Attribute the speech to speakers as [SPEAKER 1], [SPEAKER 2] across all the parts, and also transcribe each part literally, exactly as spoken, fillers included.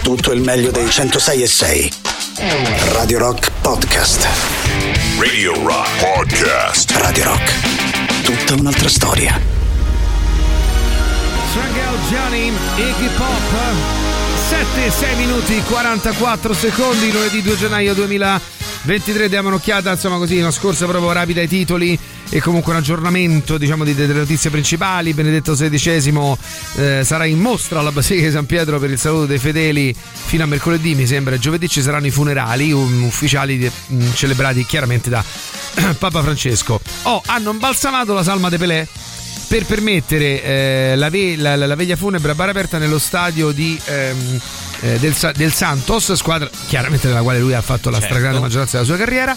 [SPEAKER 1] tutto il meglio dei centosei e sei. Radio Rock Podcast.
[SPEAKER 2] Radio Rock Podcast.
[SPEAKER 1] Radio Rock. Tutta un'altra storia.
[SPEAKER 3] Strangle Johnny, Iggy Pop. sette, sei minuti, quarantaquattro secondi, lunedì due gennaio duemilaventitré. Diamo un'occhiata, insomma, così, una scorsa proprio rapida ai titoli e comunque un aggiornamento, diciamo, di, delle notizie principali. Benedetto sedicesimo eh, sarà in mostra alla Basilica di San Pietro per il saluto dei fedeli fino a mercoledì, mi sembra. Giovedì ci saranno i funerali um, ufficiali de, um, celebrati chiaramente da Papa Francesco. Oh, hanno imbalsamato la salma de Pelé per permettere eh, la, ve- la, la, la veglia funebre a bar aperta nello stadio di, ehm, eh, del, del Santos, squadra chiaramente nella quale lui ha fatto la
[SPEAKER 4] certo.
[SPEAKER 3] stragrande maggioranza della sua carriera.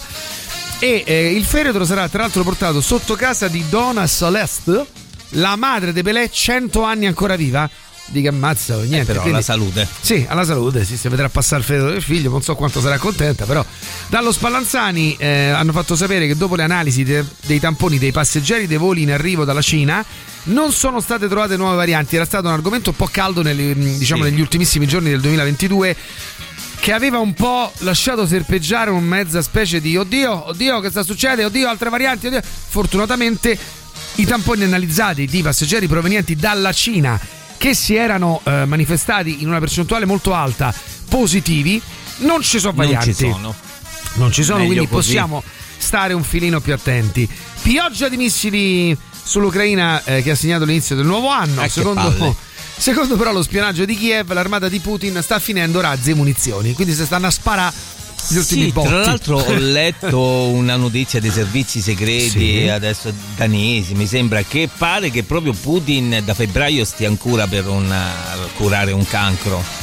[SPEAKER 3] E eh, il feretro sarà tra l'altro portato sotto casa di Donna Celeste, la madre di Pelé, cento anni ancora viva. Di che ammazza, niente.
[SPEAKER 4] Eh però
[SPEAKER 3] quindi,
[SPEAKER 4] alla salute.
[SPEAKER 3] Sì, alla salute, sì, si vedrà passare il feretro del figlio, non so quanto sarà contenta, però. Dallo Spallanzani eh, hanno fatto sapere che dopo le analisi de, dei tamponi dei passeggeri dei voli in arrivo dalla Cina non sono state trovate nuove varianti. Era stato un argomento un po' caldo nel, diciamo, sì. negli ultimissimi giorni del duemilaventidue, che aveva un po' lasciato serpeggiare un mezza specie di oddio, oddio che sta succedendo, oddio altre varianti, oddio. Fortunatamente i tamponi analizzati di passeggeri provenienti dalla Cina, che si erano eh, manifestati in una percentuale molto alta positivi, non ci sono varianti.
[SPEAKER 4] Non ci sono.
[SPEAKER 3] Non ci sono,
[SPEAKER 4] Meglio
[SPEAKER 3] quindi
[SPEAKER 4] così.
[SPEAKER 3] possiamo stare un filino più attenti. Pioggia di missili sull'Ucraina eh, che ha segnato l'inizio del nuovo anno.
[SPEAKER 4] Eh,
[SPEAKER 3] secondo, secondo però lo spionaggio di Kiev, l'armata di Putin sta finendo razzi e munizioni, quindi si stanno a sparare gli ultimi
[SPEAKER 4] sì,
[SPEAKER 3] botti.
[SPEAKER 4] Tra l'altro ho letto una notizia dei servizi segreti
[SPEAKER 3] Sì.
[SPEAKER 4] adesso danesi, mi sembra, che pare che proprio Putin da febbraio stia ancora per una, curare un cancro.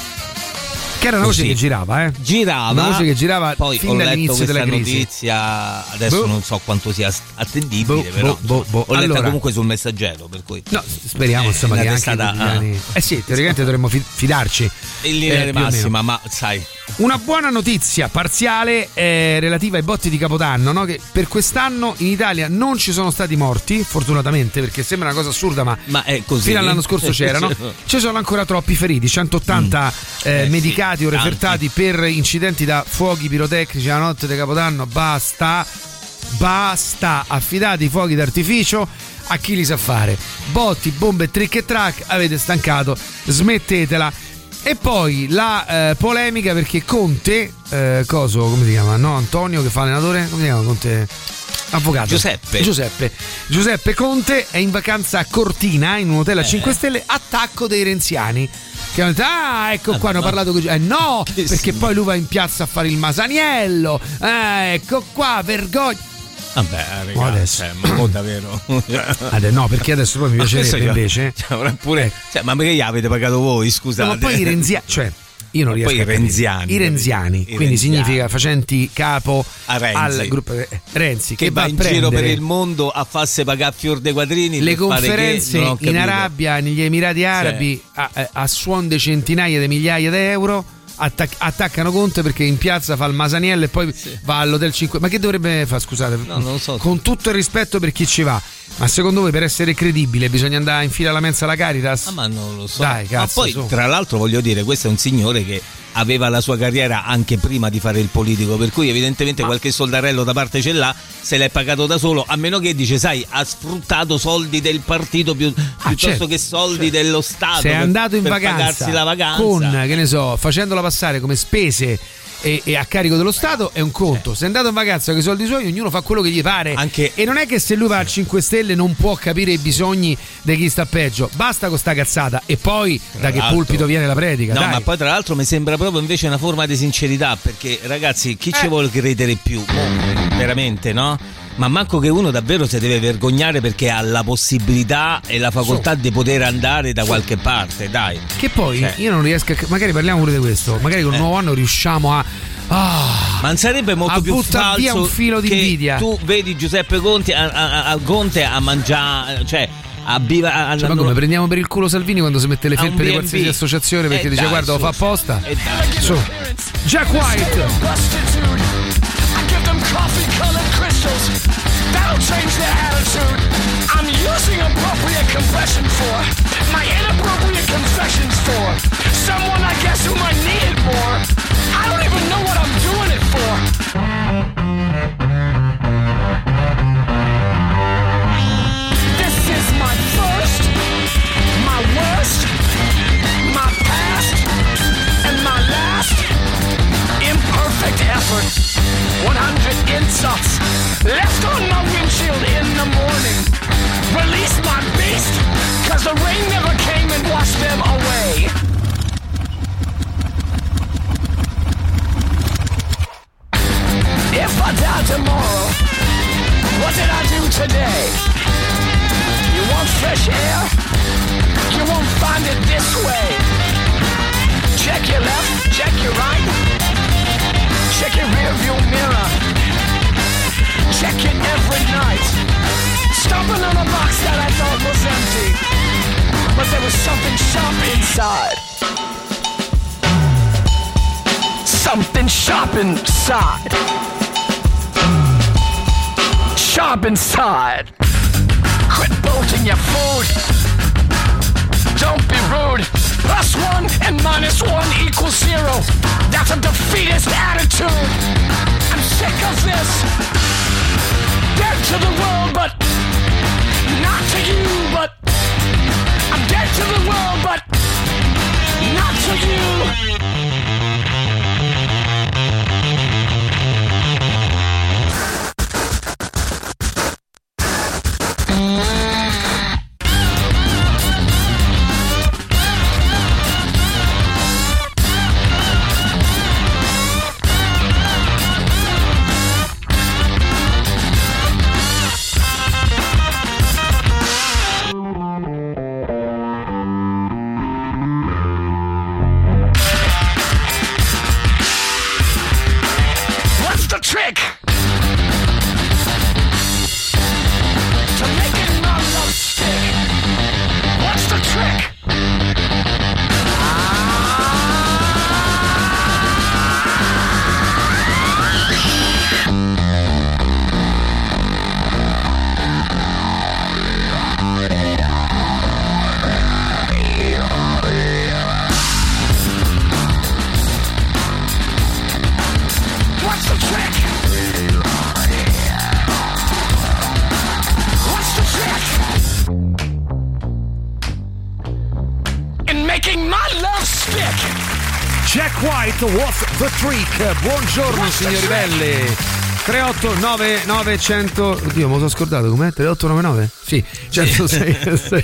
[SPEAKER 3] Che era una voce
[SPEAKER 4] Così.
[SPEAKER 3] che girava, eh?
[SPEAKER 4] Girava,
[SPEAKER 3] una voce che girava
[SPEAKER 4] poi
[SPEAKER 3] fin
[SPEAKER 4] ho letto
[SPEAKER 3] dall'inizio
[SPEAKER 4] questa
[SPEAKER 3] della crisi.
[SPEAKER 4] notizia, adesso
[SPEAKER 3] Boh.
[SPEAKER 4] non so quanto sia attendibile,
[SPEAKER 3] Boh,
[SPEAKER 4] però
[SPEAKER 3] boh, boh, boh.
[SPEAKER 4] ho letta
[SPEAKER 3] Allora,
[SPEAKER 4] comunque sul Messaggero, per cui
[SPEAKER 3] no, speriamo
[SPEAKER 4] Eh,
[SPEAKER 3] insomma
[SPEAKER 4] una
[SPEAKER 3] che anche
[SPEAKER 4] testata,
[SPEAKER 3] i quotidiani-
[SPEAKER 4] ah.
[SPEAKER 3] eh sì, teoricamente dovremmo fi- fidarci.
[SPEAKER 4] in linea
[SPEAKER 3] Eh,
[SPEAKER 4] di
[SPEAKER 3] più o
[SPEAKER 4] massima,
[SPEAKER 3] meno.
[SPEAKER 4] ma sai,
[SPEAKER 3] Una buona notizia parziale è relativa ai botti di Capodanno, no? Che per quest'anno in Italia non ci sono stati morti, fortunatamente, perché sembra una cosa assurda, ma,
[SPEAKER 4] ma è così.
[SPEAKER 3] fino all'anno scorso c'erano. Ci sono ancora troppi feriti, centottanta
[SPEAKER 4] Mm.
[SPEAKER 3] eh,
[SPEAKER 4] Eh,
[SPEAKER 3] medicati
[SPEAKER 4] sì,
[SPEAKER 3] o refertati per incidenti da fuochi pirotecnici la notte di Capodanno. Basta, basta, affidate i fuochi d'artificio a chi li sa fare. Botti, bombe, trick e track, avete stancato, smettetela. E poi la eh, polemica perché Conte, eh, coso, come si chiama? No, Antonio che fa allenatore? Come si chiama Conte? Avvocato.
[SPEAKER 4] Giuseppe.
[SPEAKER 3] Giuseppe. Giuseppe Conte è in vacanza a Cortina, in un hotel a
[SPEAKER 4] Eh.
[SPEAKER 3] cinque stelle, attacco dei renziani. Che hanno detto, ah, ecco qua, hanno
[SPEAKER 4] no.
[SPEAKER 3] parlato con... Eh no,
[SPEAKER 4] Che
[SPEAKER 3] perché
[SPEAKER 4] sì.
[SPEAKER 3] poi lui va in piazza a fare il Masaniello. Eh, ecco qua, vergogna.
[SPEAKER 4] Vabbè,
[SPEAKER 3] Ma
[SPEAKER 4] ragazzi,
[SPEAKER 3] adesso.
[SPEAKER 4] cioè, ma mo davvero.
[SPEAKER 3] Ade, no, perché adesso poi mi piacerebbe
[SPEAKER 4] Adesso,
[SPEAKER 3] invece...
[SPEAKER 4] cioè, ora pure, cioè, ma perché gli avete pagato voi, scusate?
[SPEAKER 3] No, ma poi i renziani, cioè io non
[SPEAKER 4] Ma
[SPEAKER 3] riesco
[SPEAKER 4] poi
[SPEAKER 3] a
[SPEAKER 4] i
[SPEAKER 3] capire.
[SPEAKER 4] renziani,
[SPEAKER 3] I renziani,
[SPEAKER 4] I
[SPEAKER 3] quindi
[SPEAKER 4] renziani.
[SPEAKER 3] significa facenti capo
[SPEAKER 4] A Renzi.
[SPEAKER 3] al gruppo eh, Renzi
[SPEAKER 4] che,
[SPEAKER 3] che,
[SPEAKER 4] va
[SPEAKER 3] a
[SPEAKER 4] in giro
[SPEAKER 3] prendere
[SPEAKER 4] per il mondo a farsi pagare fior dei quadrini
[SPEAKER 3] le
[SPEAKER 4] per fare
[SPEAKER 3] conferenze
[SPEAKER 4] che, non ho
[SPEAKER 3] in
[SPEAKER 4] capito.
[SPEAKER 3] Arabia, negli Emirati Arabi a, a suon di centinaia di migliaia di euro. Attac- attaccano Conte perché in piazza fa il Masaniello e poi
[SPEAKER 4] Sì.
[SPEAKER 3] va all'hotel cinque. Ma che dovrebbe fare, scusate?
[SPEAKER 4] No, non lo so.
[SPEAKER 3] Con tutto il rispetto per chi ci va, ma secondo voi per essere credibile bisogna andare in fila alla mensa alla Caritas?
[SPEAKER 4] Ah, ma non lo so.
[SPEAKER 3] Dai, cazzo,
[SPEAKER 4] ma poi
[SPEAKER 3] su.
[SPEAKER 4] tra l'altro voglio dire, questo è un signore che aveva la sua carriera anche prima di fare il politico, per cui evidentemente
[SPEAKER 3] Ma-
[SPEAKER 4] qualche soldarello da parte ce l'ha, se l'è pagato da solo, a meno che dice, sai, ha sfruttato soldi del partito più, piuttosto
[SPEAKER 3] certo,
[SPEAKER 4] che soldi dello Stato.
[SPEAKER 3] Se è
[SPEAKER 4] per-
[SPEAKER 3] andato in
[SPEAKER 4] per
[SPEAKER 3] vacanza,
[SPEAKER 4] pagarsi la vacanza
[SPEAKER 3] con, che ne so, facendola passare come spese e, e a carico dello Stato è un conto. Se è andato in vacanza con i soldi suoi, ognuno fa quello che gli pare.
[SPEAKER 4] Anche-
[SPEAKER 3] E non è che se lui va a cinque Stelle non può capire i bisogni di chi sta peggio. Basta con sta cazzata. E poi da che
[SPEAKER 4] l'altro-
[SPEAKER 3] pulpito viene la predica?
[SPEAKER 4] No,
[SPEAKER 3] dai.
[SPEAKER 4] ma poi tra l'altro mi sembra proprio invece una forma di sincerità, perché ragazzi, chi ci
[SPEAKER 3] Eh.
[SPEAKER 4] vuole credere più? Mo, veramente, no? Ma manco che uno davvero si deve vergognare perché ha la possibilità e la facoltà di poter andare da qualche parte, dai.
[SPEAKER 3] Che poi
[SPEAKER 4] Cioè.
[SPEAKER 3] io non riesco a. Magari parliamo pure di questo. Magari con il
[SPEAKER 4] Eh.
[SPEAKER 3] nuovo anno riusciamo a. Ah,
[SPEAKER 4] Ma non sarebbe molto
[SPEAKER 3] a
[SPEAKER 4] più
[SPEAKER 3] buttar
[SPEAKER 4] falso
[SPEAKER 3] via un filo di
[SPEAKER 4] che
[SPEAKER 3] invidia.
[SPEAKER 4] tu vedi Giuseppe Conte a, a, a Conte a mangiare, cioè a biva, a,
[SPEAKER 3] cioè, ma
[SPEAKER 4] a-
[SPEAKER 3] come prendiamo per il culo Salvini quando si mette le
[SPEAKER 4] a un
[SPEAKER 3] felpe di
[SPEAKER 4] B and B?
[SPEAKER 3] qualsiasi associazione perché
[SPEAKER 4] Eh,
[SPEAKER 3] dice
[SPEAKER 4] dai,
[SPEAKER 3] guarda lo
[SPEAKER 4] su.
[SPEAKER 3] fa apposta?
[SPEAKER 4] Eh, dai.
[SPEAKER 3] Su. Jack White.
[SPEAKER 5] I give them coffee-colored crystals. That'll change their attitude. I'm using appropriate compression for my inappropriate confessions for someone I guess whom I needed tomorrow. What did I do today? You want fresh air? You won't find it this way. Check your left, check your right. Check your rear view mirror. Check it every night. Stomping on a box that I thought was empty, but there was something sharp inside. Something sharp inside. Sharp inside. Quit bolting your food. Don't be rude. Plus one and minus one equals zero. That's a defeatist attitude. I'm sick of this. Dead to the world, but not to you. But I'm dead to the world, but not to you.
[SPEAKER 3] What's the trick? Buongiorno signori belli. tre otto nove nove zero zero. Oddio, me lo sono scordato com'è? tre otto nove nove? Sì, centosei.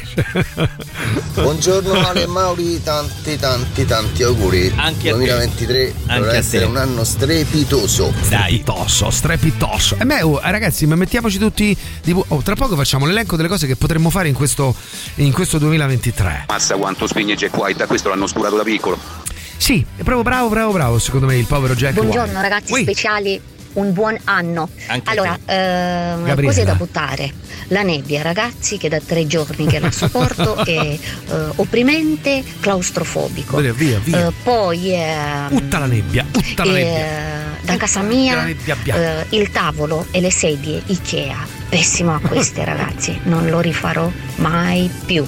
[SPEAKER 6] Buongiorno Ale e Mauri, tanti tanti tanti auguri.
[SPEAKER 4] Anche
[SPEAKER 6] duemilaventitré dovrà essere un anno strepitoso.
[SPEAKER 3] Strepitoso, strepitoso. E me, oh, ragazzi, ma mettiamoci tutti di, oh, tra poco facciamo l'elenco delle cose che potremmo fare in questo in questo duemilaventitré.
[SPEAKER 7] Massa quanto spegne Jack White, questo l'hanno oscurato da piccolo.
[SPEAKER 3] Sì, è proprio bravo, bravo, bravo, secondo me il povero Jack
[SPEAKER 8] Buongiorno
[SPEAKER 3] White.
[SPEAKER 8] ragazzi
[SPEAKER 3] Ui.
[SPEAKER 8] speciali, un buon anno.
[SPEAKER 4] Anche
[SPEAKER 8] allora, eh, cose da buttare. La nebbia, ragazzi, che da tre giorni che la sopporto, è eh, opprimente, claustrofobico.
[SPEAKER 3] Via, via, via.
[SPEAKER 8] Eh, poi eh,
[SPEAKER 3] Utta la nebbia, utta la
[SPEAKER 8] eh,
[SPEAKER 3] nebbia.
[SPEAKER 8] da casa mia
[SPEAKER 3] eh,
[SPEAKER 8] il tavolo e le sedie Ikea, pessimo acquisto ragazzi, non lo rifarò mai più.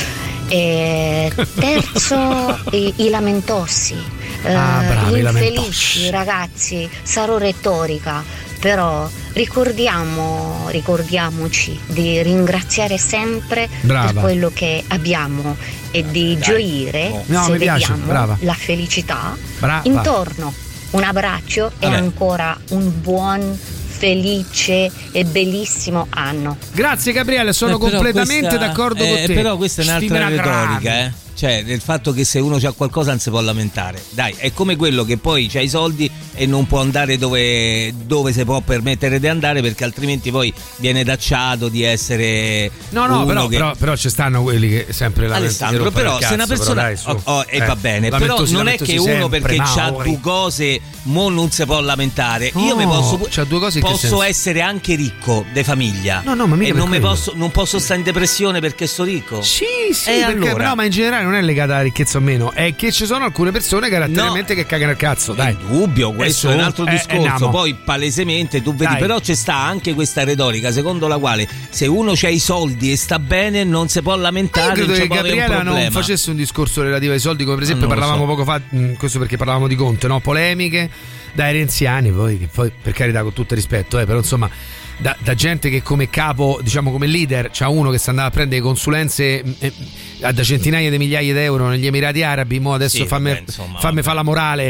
[SPEAKER 8] E terzo i, i lamentossi,
[SPEAKER 3] ah,
[SPEAKER 8] eh,
[SPEAKER 3] bravi,
[SPEAKER 8] gli infelici
[SPEAKER 3] lamentossi.
[SPEAKER 8] ragazzi, sarò retorica, però ricordiamo ricordiamoci di ringraziare sempre
[SPEAKER 3] Brava.
[SPEAKER 8] per quello che abbiamo e di
[SPEAKER 4] Dai.
[SPEAKER 8] gioire
[SPEAKER 3] no,
[SPEAKER 8] se
[SPEAKER 3] mi piace.
[SPEAKER 8] vediamo
[SPEAKER 3] Brava.
[SPEAKER 8] la felicità
[SPEAKER 3] Brava.
[SPEAKER 8] intorno. Un abbraccio e
[SPEAKER 4] Vabbè.
[SPEAKER 8] ancora un buon, felice e bellissimo anno.
[SPEAKER 3] Grazie Gabriele, sono
[SPEAKER 4] Eh, però
[SPEAKER 3] completamente
[SPEAKER 4] questa-
[SPEAKER 3] d'accordo
[SPEAKER 4] eh,
[SPEAKER 3] con te.
[SPEAKER 4] Però questa è un'altra
[SPEAKER 3] Stimina
[SPEAKER 4] retorica,
[SPEAKER 3] grande.
[SPEAKER 4] eh. Cioè, del fatto che se uno c'ha qualcosa non si può lamentare. Dai, è come quello che poi c'ha i soldi e non può andare dove, dove si può permettere di andare, perché altrimenti poi viene tacciato di essere.
[SPEAKER 3] No, no,
[SPEAKER 4] uno
[SPEAKER 3] però,
[SPEAKER 4] che...
[SPEAKER 3] però, però ci stanno quelli che sempre la
[SPEAKER 4] Alessandro, però se una persona oh, oh, e va bene, però non è che uno perché c'ha due cose mo non si può lamentare.
[SPEAKER 3] No,
[SPEAKER 4] Io mi posso
[SPEAKER 3] c'ha due cose in che
[SPEAKER 4] posso
[SPEAKER 3] senso?
[SPEAKER 4] essere anche ricco di famiglia.
[SPEAKER 3] No, no, ma mica
[SPEAKER 4] e
[SPEAKER 3] per
[SPEAKER 4] non mi
[SPEAKER 3] quello.
[SPEAKER 4] posso non posso stare in depressione perché sto ricco.
[SPEAKER 3] Sì, sì,
[SPEAKER 4] E
[SPEAKER 3] perché
[SPEAKER 4] allora?
[SPEAKER 3] no, ma in generale non è legata alla ricchezza o meno, è che ci sono alcune persone caratterialmente
[SPEAKER 4] No.
[SPEAKER 3] che cagano il cazzo, dai.
[SPEAKER 4] Dubbio, questo
[SPEAKER 3] Eh,
[SPEAKER 4] è un
[SPEAKER 3] su,
[SPEAKER 4] altro
[SPEAKER 3] eh,
[SPEAKER 4] discorso.
[SPEAKER 3] andiamo.
[SPEAKER 4] Poi palesemente tu vedi,
[SPEAKER 3] Dai.
[SPEAKER 4] però c'è sta anche questa retorica secondo la quale se uno c'ha i soldi e sta bene non si può
[SPEAKER 3] Ma
[SPEAKER 4] lamentare.
[SPEAKER 3] io credo
[SPEAKER 4] non
[SPEAKER 3] che
[SPEAKER 4] ci può avere un
[SPEAKER 3] Gabriela non
[SPEAKER 4] problema.
[SPEAKER 3] facesse un discorso relativo ai soldi, come per esempio
[SPEAKER 4] non lo
[SPEAKER 3] parlavamo
[SPEAKER 4] so.
[SPEAKER 3] poco fa, mh, questo perché parlavamo di Conte, no? Polemiche dai renziani, poi, che poi per carità con tutto il rispetto, eh, però insomma da, da gente che come capo, diciamo come leader, c'ha uno che sta andando a prendere consulenze mh, eh, da centinaia di migliaia di euro negli Emirati Arabi, mo adesso
[SPEAKER 4] Sì,
[SPEAKER 3] fammi,
[SPEAKER 4] vabbè, insomma,
[SPEAKER 3] fammi
[SPEAKER 4] vabbè.
[SPEAKER 3] fa la morale.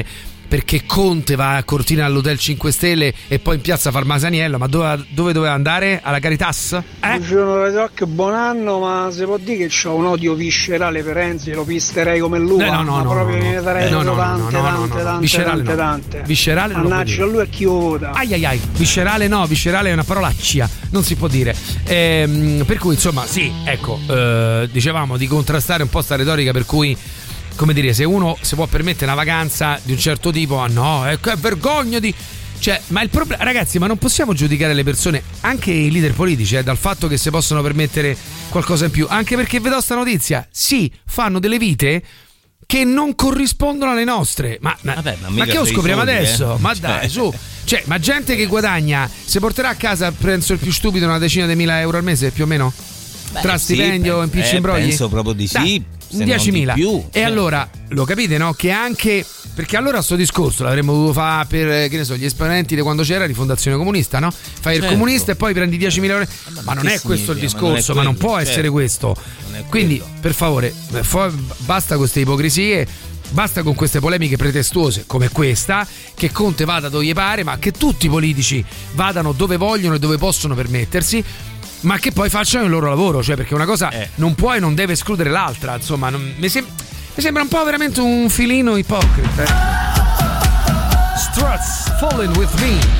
[SPEAKER 3] perché Conte va a Cortina all'Hotel cinque Stelle e poi in piazza Farmasaniello, ma dove, dove doveva andare? Alla Caritas? Eh?
[SPEAKER 9] Buongiorno Radio Rock, buon anno, ma se può dire che ho un odio viscerale per Renzi, lo pisterei come l'uva,
[SPEAKER 3] eh, no, no,
[SPEAKER 9] ma
[SPEAKER 3] no,
[SPEAKER 9] proprio
[SPEAKER 3] no,
[SPEAKER 9] ne darei
[SPEAKER 3] no, no,
[SPEAKER 9] tante,
[SPEAKER 3] no, no,
[SPEAKER 9] tante,
[SPEAKER 3] no, no,
[SPEAKER 9] tante,
[SPEAKER 3] viscerale
[SPEAKER 9] tante,
[SPEAKER 3] no.
[SPEAKER 9] tante.
[SPEAKER 3] Viscerale non
[SPEAKER 9] mannaggia lui e chi vota.
[SPEAKER 3] Ai ai ai, viscerale no, viscerale è una parolaccia, non si può dire. Ehm, per cui insomma, sì, ecco, eh, dicevamo di contrastare un po' sta retorica per cui, come dire, se uno si può permettere una vacanza di un certo tipo, ah no, è, è vergogna di... Cioè, ma il problema, ragazzi, ma non possiamo giudicare le persone, anche i leader politici, eh, dal fatto che si possono permettere qualcosa in più, anche perché vedo sta notizia, sì, fanno delle vite che non corrispondono alle nostre. Ma, ma,
[SPEAKER 4] Vabbè, ma,
[SPEAKER 3] ma che lo scopriamo
[SPEAKER 4] soldi,
[SPEAKER 3] adesso?
[SPEAKER 4] Eh?
[SPEAKER 3] Ma dai, su. Cioè, ma gente che guadagna, se porterà a casa, penso il più stupido, una decina di mila euro al mese, più o meno?
[SPEAKER 4] Beh,
[SPEAKER 3] Tra
[SPEAKER 4] sì,
[SPEAKER 3] stipendio,
[SPEAKER 4] eh,
[SPEAKER 3] impicci e imbrogli?
[SPEAKER 4] Penso proprio di sì.
[SPEAKER 3] Dai, diecimila.
[SPEAKER 4] Più.
[SPEAKER 3] E allora, lo capite, no? Che anche... Perché allora sto discorso l'avremmo dovuto fare per, che ne so, gli esponenti di quando c'era Rifondazione Comunista, no? Fai certo. il comunista e poi prendi diecimila euro. Ma, ma non è questo il discorso, ma non, ma non può quello, essere certo. questo. Quindi, per favore, basta con queste ipocrisie. Basta con queste polemiche pretestuose come questa, che Conte vada dove gli pare, ma che tutti i politici vadano dove vogliono e dove possono permettersi, ma che poi facciano il loro lavoro, cioè perché una cosa eh. non può e non deve escludere l'altra, insomma, non, mi, sem- mi sembra un po' veramente un filino ipocrita. Eh? Struts, Falling With Me.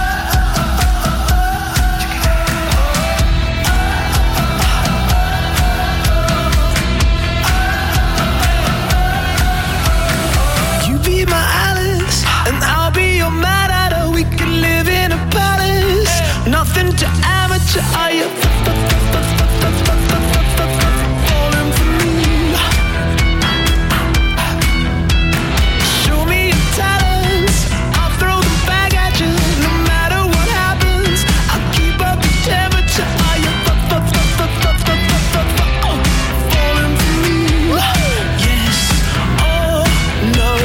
[SPEAKER 10] Nothing to amateur, are you falling for me? Show me your talents, I'll throw them back at you. No matter what happens, I'll keep up the temperature. Are you falling for me? Yes, oh no,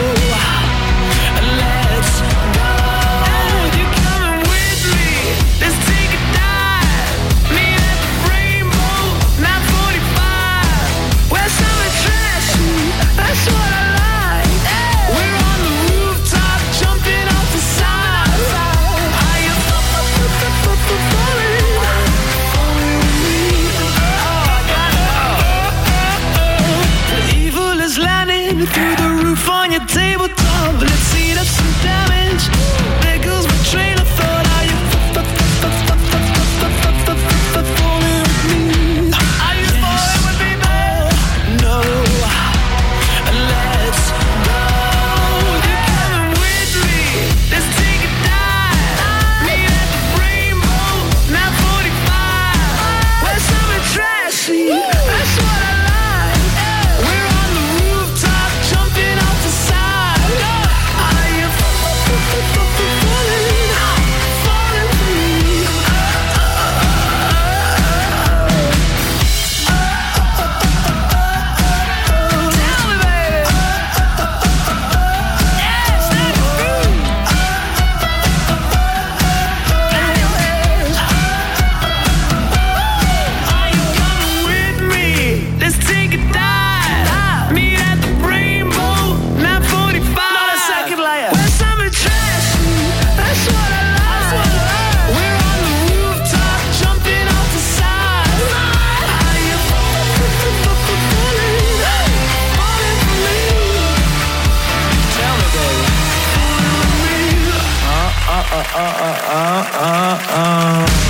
[SPEAKER 10] let's go. You're coming with me. Let's take a dive, meet at the Rainbow nine forty-five. Where summer trashy, that's what I like. We're on the rooftop, jumping off the side. Are you falling, falling with me? Oh, I got it. The evil is landing through the roof on your tabletop. Let's eat up some damage. There goes my train of thought. Are you falling with me? Are you falling with me, man? No, let's go. You're coming with me. Let's take a dive. Meet at the Rainbow nine forty-five. Where summer trashy, that's what I like. We're on the rooftop, jumping off the side. Are you falling, falling for me? Tell me, baby. Yes, that's true. Are you coming with me? Let's take a dive. Meet at the Rainbow nine forty-five. Not a second layer. Where summer trashy, that's what I like. We're on the rooftop, jumping off the side. Are you falling, falling for me? Tell me, baby. Falling with me. Uh, uh, uh, uh, uh, uh, uh.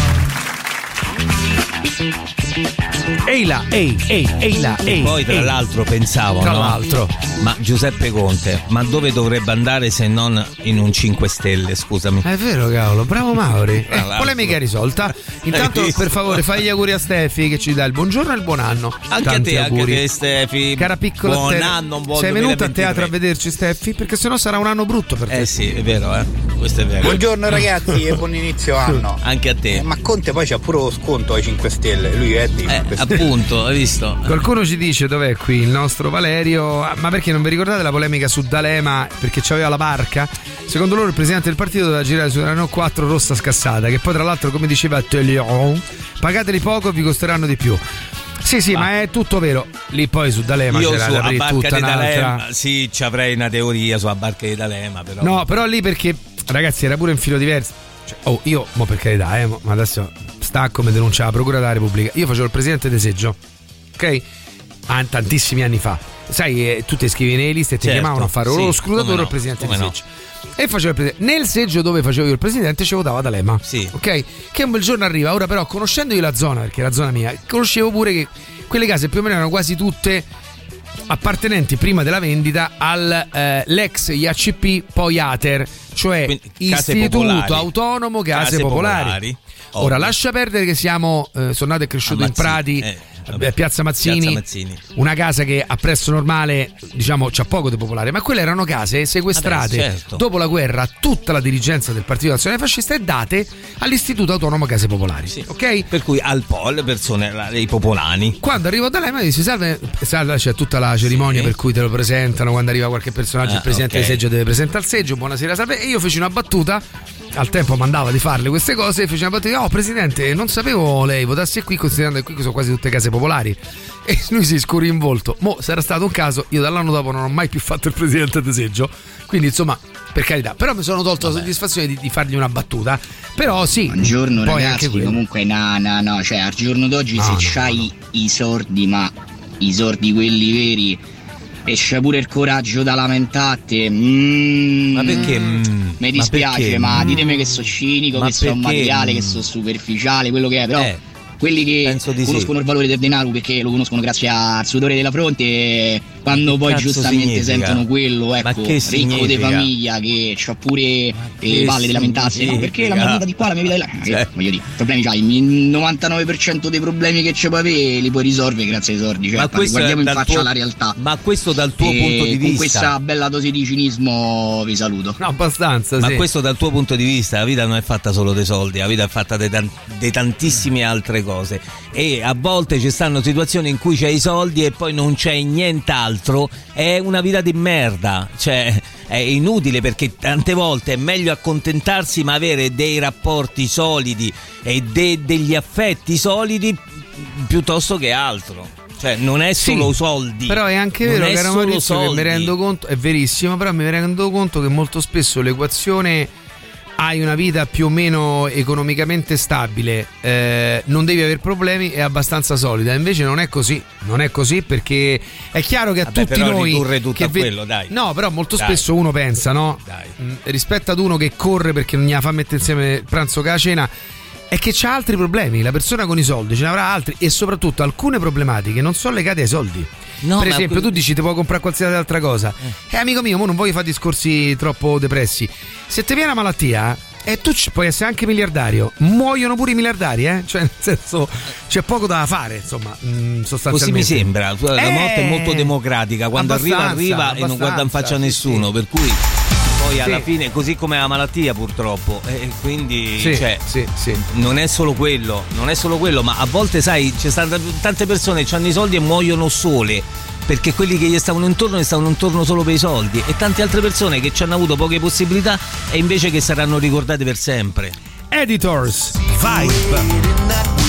[SPEAKER 3] Ehi là, ehi, ehi, ehi là, ehi.
[SPEAKER 4] Poi tra
[SPEAKER 3] ehi.
[SPEAKER 4] l'altro pensavo,
[SPEAKER 3] Tra
[SPEAKER 4] no?
[SPEAKER 3] l'altro.
[SPEAKER 4] Ma Giuseppe Conte, ma dove dovrebbe andare se non in un cinque Stelle, scusami?
[SPEAKER 3] È vero, cavolo, bravo Mauri.
[SPEAKER 4] Tra
[SPEAKER 3] Eh,
[SPEAKER 4] l'altro.
[SPEAKER 3] polemica risolta. Intanto,
[SPEAKER 4] Hai visto?
[SPEAKER 3] per favore, fai gli auguri a Stefi che ci dà il buongiorno e il buon anno.
[SPEAKER 4] Anche
[SPEAKER 3] Tanti
[SPEAKER 4] a te,
[SPEAKER 3] auguri.
[SPEAKER 4] anche a te, Stefi.
[SPEAKER 3] Cara piccola
[SPEAKER 4] buon
[SPEAKER 3] te-
[SPEAKER 4] anno, buon
[SPEAKER 3] sei venuta a
[SPEAKER 4] duemilaventitré.
[SPEAKER 3] teatro a vederci, Steffi? Perché sennò sarà un anno brutto per te.
[SPEAKER 4] Eh sì, è vero, eh. Questo è vero.
[SPEAKER 11] Buongiorno ragazzi e buon inizio anno.
[SPEAKER 4] Anche a te.
[SPEAKER 11] Eh, ma Conte poi c'ha pure lo sconto ai cinque Stelle. Lui è di
[SPEAKER 4] Eh,
[SPEAKER 11] cinque Stelle.
[SPEAKER 4] appunto, hai visto?
[SPEAKER 3] Qualcuno ci dice dov'è qui il nostro Valerio. Ah, ma perché non vi ricordate la polemica su D'Alema perché c'aveva la barca? Secondo loro il presidente del partito doveva girare su Renault quattro rossa scassata, che poi tra l'altro, come diceva Tellion, pagateli poco e vi costeranno di più. Sì, sì, ma, ma è tutto vero. Lì poi su D'Alema
[SPEAKER 4] io
[SPEAKER 3] c'era
[SPEAKER 4] su
[SPEAKER 3] da
[SPEAKER 4] a
[SPEAKER 3] aprire
[SPEAKER 4] Barca
[SPEAKER 3] tutta
[SPEAKER 4] di
[SPEAKER 3] un'altra.
[SPEAKER 4] D'Alema, sì, ci avrei una teoria sulla Barca di D'Alema, però.
[SPEAKER 3] No, però lì perché, ragazzi, era pure in filo diverso. Cioè, oh, io, mo per carità, eh, ma adesso stacco, mi denuncia la Procura della Repubblica. Io facevo il presidente di seggio, ok? Ah, tantissimi anni fa. Sai, eh, tu ti scrivi nelle liste e ti
[SPEAKER 4] Certo,
[SPEAKER 3] chiamavano a fare
[SPEAKER 4] sì,
[SPEAKER 3] o lo scrutatore
[SPEAKER 4] no,
[SPEAKER 3] o il presidente di
[SPEAKER 4] no.
[SPEAKER 3] seggio. E facevo il presidente. Nel seggio dove facevo io il presidente ci votava D'Alema.
[SPEAKER 4] Sì.
[SPEAKER 3] Ok? Che un bel giorno arriva. Ora però, conoscendo io la zona, perché è la zona mia, conoscevo pure che quelle case più o meno erano quasi tutte appartenenti prima della vendita all'ex eh, I A C P, poi Ater, cioè
[SPEAKER 4] Quindi,
[SPEAKER 3] Istituto
[SPEAKER 4] popolari.
[SPEAKER 3] Autonomo Case,
[SPEAKER 4] Case
[SPEAKER 3] Popolari.
[SPEAKER 4] popolari.
[SPEAKER 3] Ora
[SPEAKER 4] Ovvio.
[SPEAKER 3] lascia perdere che siamo eh, sono nato e cresciuto
[SPEAKER 4] A
[SPEAKER 3] in Prati,
[SPEAKER 4] Mazzini, eh,
[SPEAKER 3] a
[SPEAKER 4] vabbè.
[SPEAKER 3] Piazza Mazzini,
[SPEAKER 4] Piazza Mazzini.
[SPEAKER 3] una casa che a prezzo normale diciamo c'ha poco di popolare, ma quelle erano case sequestrate
[SPEAKER 4] Vabbè, certo.
[SPEAKER 3] dopo la guerra a tutta la dirigenza del Partito Nazionale Fascista e date all'Istituto Autonomo Case Popolari.
[SPEAKER 4] Sì.
[SPEAKER 3] Ok?
[SPEAKER 4] Per cui al po' le persone, la- i popolani.
[SPEAKER 3] Quando arrivo da lei mi dice salve, salve, c'è tutta la cerimonia
[SPEAKER 4] Sì.
[SPEAKER 3] per cui te lo presentano, quando arriva qualche personaggio
[SPEAKER 4] Ah,
[SPEAKER 3] il presidente
[SPEAKER 4] ok.
[SPEAKER 3] di seggio deve presentare il seggio, buonasera salve, e io feci una battuta, al tempo mandava di farle queste cose, e feci una battuta, oh presidente non sapevo lei votasse qui considerando che qui sono quasi tutte case popolari, e lui si scurì in volto. Mo sarà stato un caso, io dall'anno dopo non ho mai più fatto il presidente di seggio, quindi insomma per carità, però mi sono tolto la soddisfazione di, di fargli una battuta, però sì,
[SPEAKER 12] Buongiorno
[SPEAKER 3] poi
[SPEAKER 12] ragazzi,
[SPEAKER 3] anche quello.
[SPEAKER 12] comunque no, no, no, cioè al giorno d'oggi
[SPEAKER 3] No,
[SPEAKER 12] se
[SPEAKER 3] no,
[SPEAKER 12] c'hai i sordi, ma i sordi quelli veri, e c'è pure il coraggio da lamentarti, mm,
[SPEAKER 4] Ma perché? mm,
[SPEAKER 12] mi dispiace,
[SPEAKER 4] perché?
[SPEAKER 12] ma, ditemi che so cinico,
[SPEAKER 4] Ma
[SPEAKER 12] che so
[SPEAKER 4] perché?
[SPEAKER 12] materiale, che so superficiale, quello che è, però
[SPEAKER 4] Eh,
[SPEAKER 12] quelli che
[SPEAKER 4] penso di sì.
[SPEAKER 12] conoscono il valore del denaro perché lo conoscono grazie al sudore della fronte, e quando
[SPEAKER 4] Che
[SPEAKER 12] poi
[SPEAKER 4] cazzo
[SPEAKER 12] giustamente
[SPEAKER 4] significa?
[SPEAKER 12] sentono quello,
[SPEAKER 4] Ma
[SPEAKER 12] ecco,
[SPEAKER 4] che
[SPEAKER 12] ricco di
[SPEAKER 4] significa?
[SPEAKER 12] famiglia che c'ha pure
[SPEAKER 4] che
[SPEAKER 12] le palle di lamentarsi, no, perché la mia
[SPEAKER 4] significa?
[SPEAKER 12] vita di qua, la mia vita di là, eh,
[SPEAKER 4] Cioè.
[SPEAKER 12] voglio dire, problemi c'hai, il novantanove per cento dei problemi che c'è avere li puoi risolvere grazie ai sordi, cioè,
[SPEAKER 4] Ma questo è
[SPEAKER 12] guardiamo in
[SPEAKER 4] dal
[SPEAKER 12] faccia
[SPEAKER 4] tuo-
[SPEAKER 12] la realtà.
[SPEAKER 4] Ma questo dal tuo
[SPEAKER 12] E
[SPEAKER 4] punto di
[SPEAKER 12] con
[SPEAKER 4] vista.
[SPEAKER 12] questa bella dose di cinismo vi saluto.
[SPEAKER 3] No, abbastanza,
[SPEAKER 4] Ma
[SPEAKER 3] sì.
[SPEAKER 4] questo dal tuo punto di vista, la vita non è fatta solo dei soldi, la vita è fatta di tan- di tantissime altre cose, e a volte ci stanno situazioni in cui c'è i soldi e poi non c'è nient'altro, è una vita di merda, cioè è inutile, perché tante volte è meglio accontentarsi ma avere dei rapporti solidi e de- degli affetti solidi piuttosto che altro. Cioè non è solo
[SPEAKER 3] Sì,
[SPEAKER 4] soldi.
[SPEAKER 3] però è anche
[SPEAKER 4] Non
[SPEAKER 3] vero,
[SPEAKER 4] è
[SPEAKER 3] caro
[SPEAKER 4] solo
[SPEAKER 3] Maurizio, che mi
[SPEAKER 4] soldi.
[SPEAKER 3] rendo conto, è verissimo, però mi rendo conto che molto spesso l'equazione hai una vita più o meno economicamente stabile, eh, non devi avere problemi, è abbastanza solida. Invece non è così, non è così, perché è chiaro che a
[SPEAKER 4] Vabbè,
[SPEAKER 3] tutti
[SPEAKER 4] però
[SPEAKER 3] noi
[SPEAKER 4] ridurre tutto
[SPEAKER 3] che
[SPEAKER 4] a
[SPEAKER 3] ve-
[SPEAKER 4] quello, dai.
[SPEAKER 3] No, però molto
[SPEAKER 4] Dai.
[SPEAKER 3] spesso uno pensa, no?
[SPEAKER 4] Dai.
[SPEAKER 3] Mm, rispetto ad uno che corre perché non gliela fa mettere insieme il pranzo con la cena, è che c'ha altri problemi. La persona con i soldi ce ne avrà altri, e soprattutto alcune problematiche non sono legate ai soldi.
[SPEAKER 4] No,
[SPEAKER 3] per
[SPEAKER 4] ma
[SPEAKER 3] esempio,
[SPEAKER 4] que-
[SPEAKER 3] tu dici ti puoi comprare qualsiasi altra cosa. Eh, amico mio, mo non voglio fare discorsi troppo depressi. Se ti viene una malattia, e tu ci- puoi essere anche miliardario, muoiono pure i miliardari, eh? Cioè, nel senso, c'è poco da fare, insomma, mh, sostanzialmente.
[SPEAKER 4] Così mi sembra, la
[SPEAKER 3] Eh,
[SPEAKER 4] morte è molto democratica, quando arriva
[SPEAKER 3] abbastanza,
[SPEAKER 4] arriva e non guarda in faccia a
[SPEAKER 3] abbastanza,
[SPEAKER 4] nessuno,
[SPEAKER 3] sì,
[SPEAKER 4] per cui poi alla
[SPEAKER 3] Sì.
[SPEAKER 4] fine, così come la malattia purtroppo, e quindi
[SPEAKER 3] Sì,
[SPEAKER 4] cioè,
[SPEAKER 3] sì, sì.
[SPEAKER 4] non è solo quello, non è solo quello, ma a volte sai, c'è stata tante persone che hanno i soldi e muoiono sole, perché quelli che gli stavano intorno gli stavano intorno solo per i soldi, e tante altre persone che ci hanno avuto poche possibilità e invece che saranno ricordate per sempre.
[SPEAKER 3] Editors, Vibe.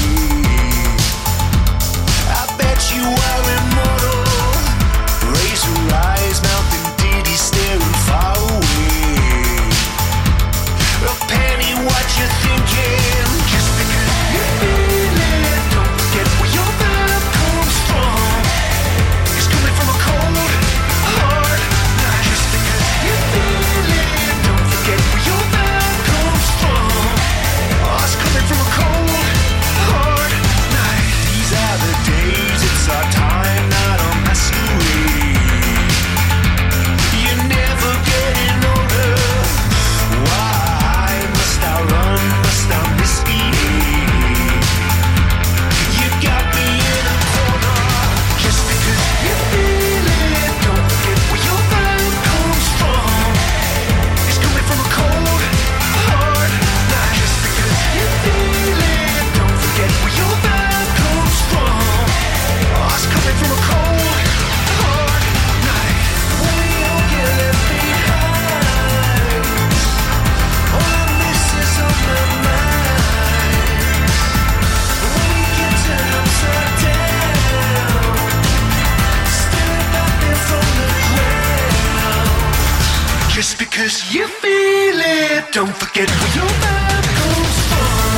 [SPEAKER 10] I bet you are immortal. Raise your eyes, mouth and ditty staring far away. A penny, what you thinking? Just because you feel it, don't forget where your love comes from. It's coming from a cold heart. Just because you feel it, don't forget where your love comes from. Oh, it's coming from a cold Just because you feel it, don't forget where your love comes from.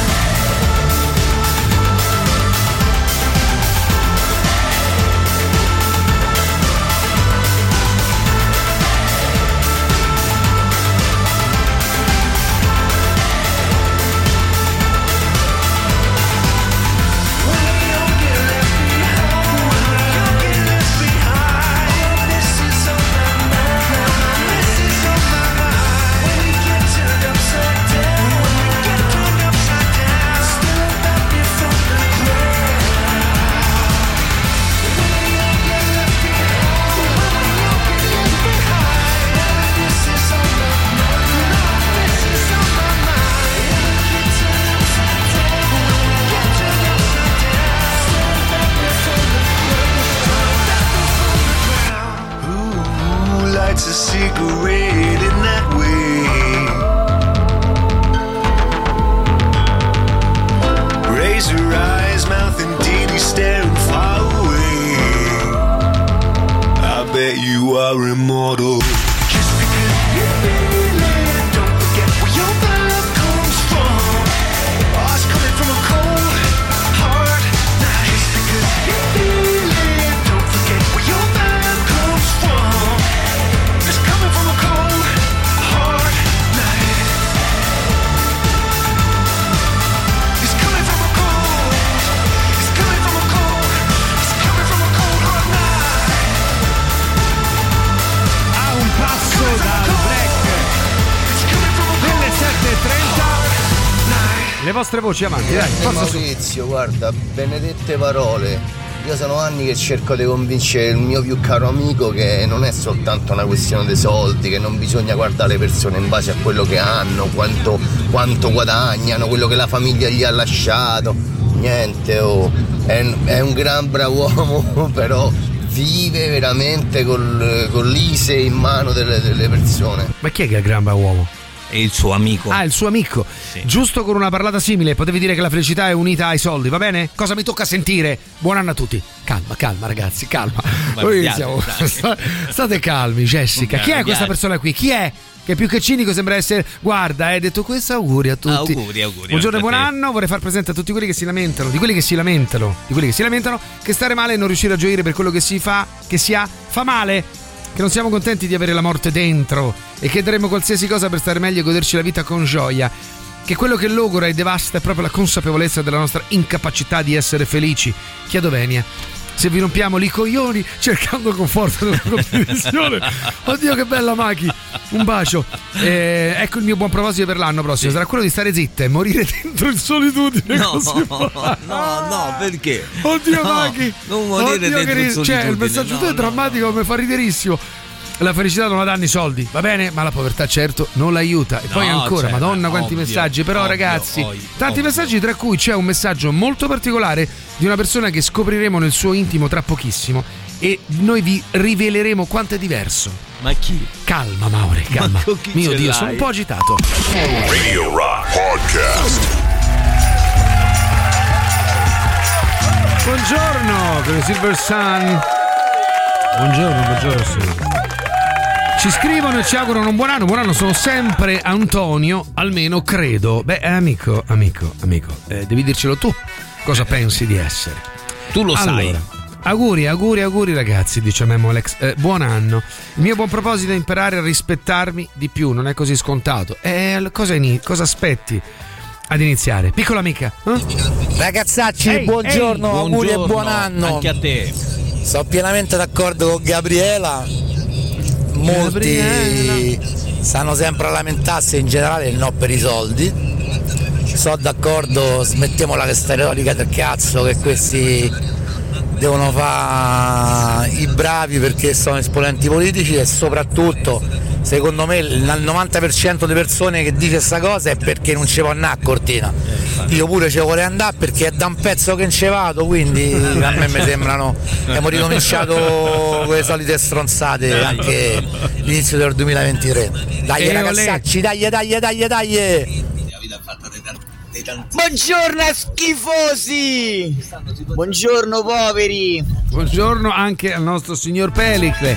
[SPEAKER 10] Lights a cigarette in that way. Raise her eyes, mouth indeed, he's staring far away. I bet you are immortal. Just because you feel it, don't forget where your love comes from. Oh, it's coming from a cold, hard night. Just because you feel it, don't forget where your love comes from. It's coming from a cold, hard night. It's coming from a cold, it's coming from a cold, it's coming from a cold, hard night.
[SPEAKER 3] A un passo dal break delle sette e trenta. Le vostre voci avanti, dai, forza su.
[SPEAKER 6] Maurizio, guarda, benedette parole. Io sono anni che cerco di convincere il mio più caro amico che non è soltanto una questione dei soldi, che non bisogna guardare le persone in base a quello che hanno, quanto, quanto guadagnano, quello che la famiglia gli ha lasciato. Niente, oh, è, è un gran bravo uomo, però vive veramente col, con l'ise in mano delle, delle persone.
[SPEAKER 3] Ma chi è che è il gran bravo uomo?
[SPEAKER 4] È il suo amico.
[SPEAKER 3] Ah, il suo amico.
[SPEAKER 4] Sì.
[SPEAKER 3] Giusto con una parlata simile potevi dire che la felicità è unita ai soldi, va bene? Cosa mi tocca sentire? Buon anno a tutti. Calma, calma ragazzi, calma. Noi siamo... State calmi, Jessica. Chi è questa persona qui? Chi è? Che più che cinico sembra essere. Guarda, hai detto questo, auguri a tutti.
[SPEAKER 4] Auguri, auguri.
[SPEAKER 3] Buongiorno e buon anno. Vorrei far presente a tutti quelli che si lamentano, di quelli che si lamentano, di quelli che si lamentano che stare male e non riuscire a gioire per quello che si fa, che si ha, fa male. Che non siamo contenti di avere la morte dentro e che daremo qualsiasi cosa per stare meglio e goderci la vita con gioia. Che quello che logora e devasta è proprio la consapevolezza della nostra incapacità di essere felici. Chiedo venia. Se vi rompiamo li coglioni cercando conforto nella condivisione. Oddio che bella Maki. Un bacio. Eh, ecco il mio buon proposito per l'anno prossimo. Sì. Sarà quello di stare zitta e morire dentro in solitudine.
[SPEAKER 4] No,
[SPEAKER 3] così
[SPEAKER 4] no, no, perché?
[SPEAKER 3] Oddio
[SPEAKER 4] no,
[SPEAKER 3] Maki.
[SPEAKER 4] Non morire
[SPEAKER 3] Oddio,
[SPEAKER 4] dentro
[SPEAKER 3] che
[SPEAKER 4] in solitudine.
[SPEAKER 3] Cioè il messaggio
[SPEAKER 4] no,
[SPEAKER 3] tuo è
[SPEAKER 4] no,
[SPEAKER 3] drammatico,
[SPEAKER 4] no.
[SPEAKER 3] mi fa riderissimo. La felicità non la danno i soldi, va bene? Ma la povertà certo non l'aiuta. E
[SPEAKER 4] No,
[SPEAKER 3] poi ancora,
[SPEAKER 4] cioè,
[SPEAKER 3] madonna quanti
[SPEAKER 4] ovvio,
[SPEAKER 3] messaggi. Però
[SPEAKER 4] ovvio,
[SPEAKER 3] ragazzi,
[SPEAKER 4] ovvio,
[SPEAKER 3] tanti
[SPEAKER 4] ovvio.
[SPEAKER 3] messaggi, tra cui c'è un messaggio molto particolare di una persona che scopriremo nel suo intimo tra pochissimo e noi vi riveleremo quanto è diverso.
[SPEAKER 4] Ma chi?
[SPEAKER 3] Calma Mauri, calma.
[SPEAKER 4] Ma con chi
[SPEAKER 3] Mio
[SPEAKER 4] ce
[SPEAKER 3] Dio,
[SPEAKER 4] l'hai?
[SPEAKER 3] sono un po' agitato.
[SPEAKER 2] Radio Rock Podcast.
[SPEAKER 3] Buongiorno con il Silver Sun. Buongiorno, buongiorno sì. Ci scrivono e ci augurano un buon anno. Buon anno, sono sempre Antonio, almeno credo. Beh, amico, amico, amico, eh, devi dircelo tu. Cosa pensi di essere?
[SPEAKER 4] Tu lo
[SPEAKER 3] allora,
[SPEAKER 4] sai.
[SPEAKER 3] Auguri, auguri, auguri ragazzi, dice Memo Alex. Eh, buon anno. Il mio buon proposito è imparare a rispettarmi di più, non è così scontato. Eh, cosa, ini- cosa aspetti ad iniziare? Piccola amica. Eh?
[SPEAKER 13] Ragazzacci,
[SPEAKER 3] Ehi,
[SPEAKER 13] buongiorno,
[SPEAKER 3] ehi.
[SPEAKER 13] auguri e
[SPEAKER 4] Buongiorno,
[SPEAKER 13] buon anno.
[SPEAKER 4] anche a te.
[SPEAKER 13] Sono pienamente d'accordo con Gabriela. Molti
[SPEAKER 3] Gabriela.
[SPEAKER 13] stanno sempre a lamentarsi, in generale il no per i soldi. Sono d'accordo, smettiamola questa retorica del cazzo che questi devono fare i bravi perché sono esponenti politici, e soprattutto secondo me il novanta per cento delle persone che dice sta cosa è perché non ci può andare a Cortina. Io pure ci vorrei andare perché è da un pezzo che non ci vado, quindi a me mi sembrano, abbiamo ricominciato con le solite stronzate anche l'inizio del duemilaventitré. Dai
[SPEAKER 3] E
[SPEAKER 13] ragazzacci, dai dai dai dai.
[SPEAKER 14] Buongiorno schifosi! Buongiorno poveri!
[SPEAKER 3] Buongiorno anche al nostro signor Pelicle.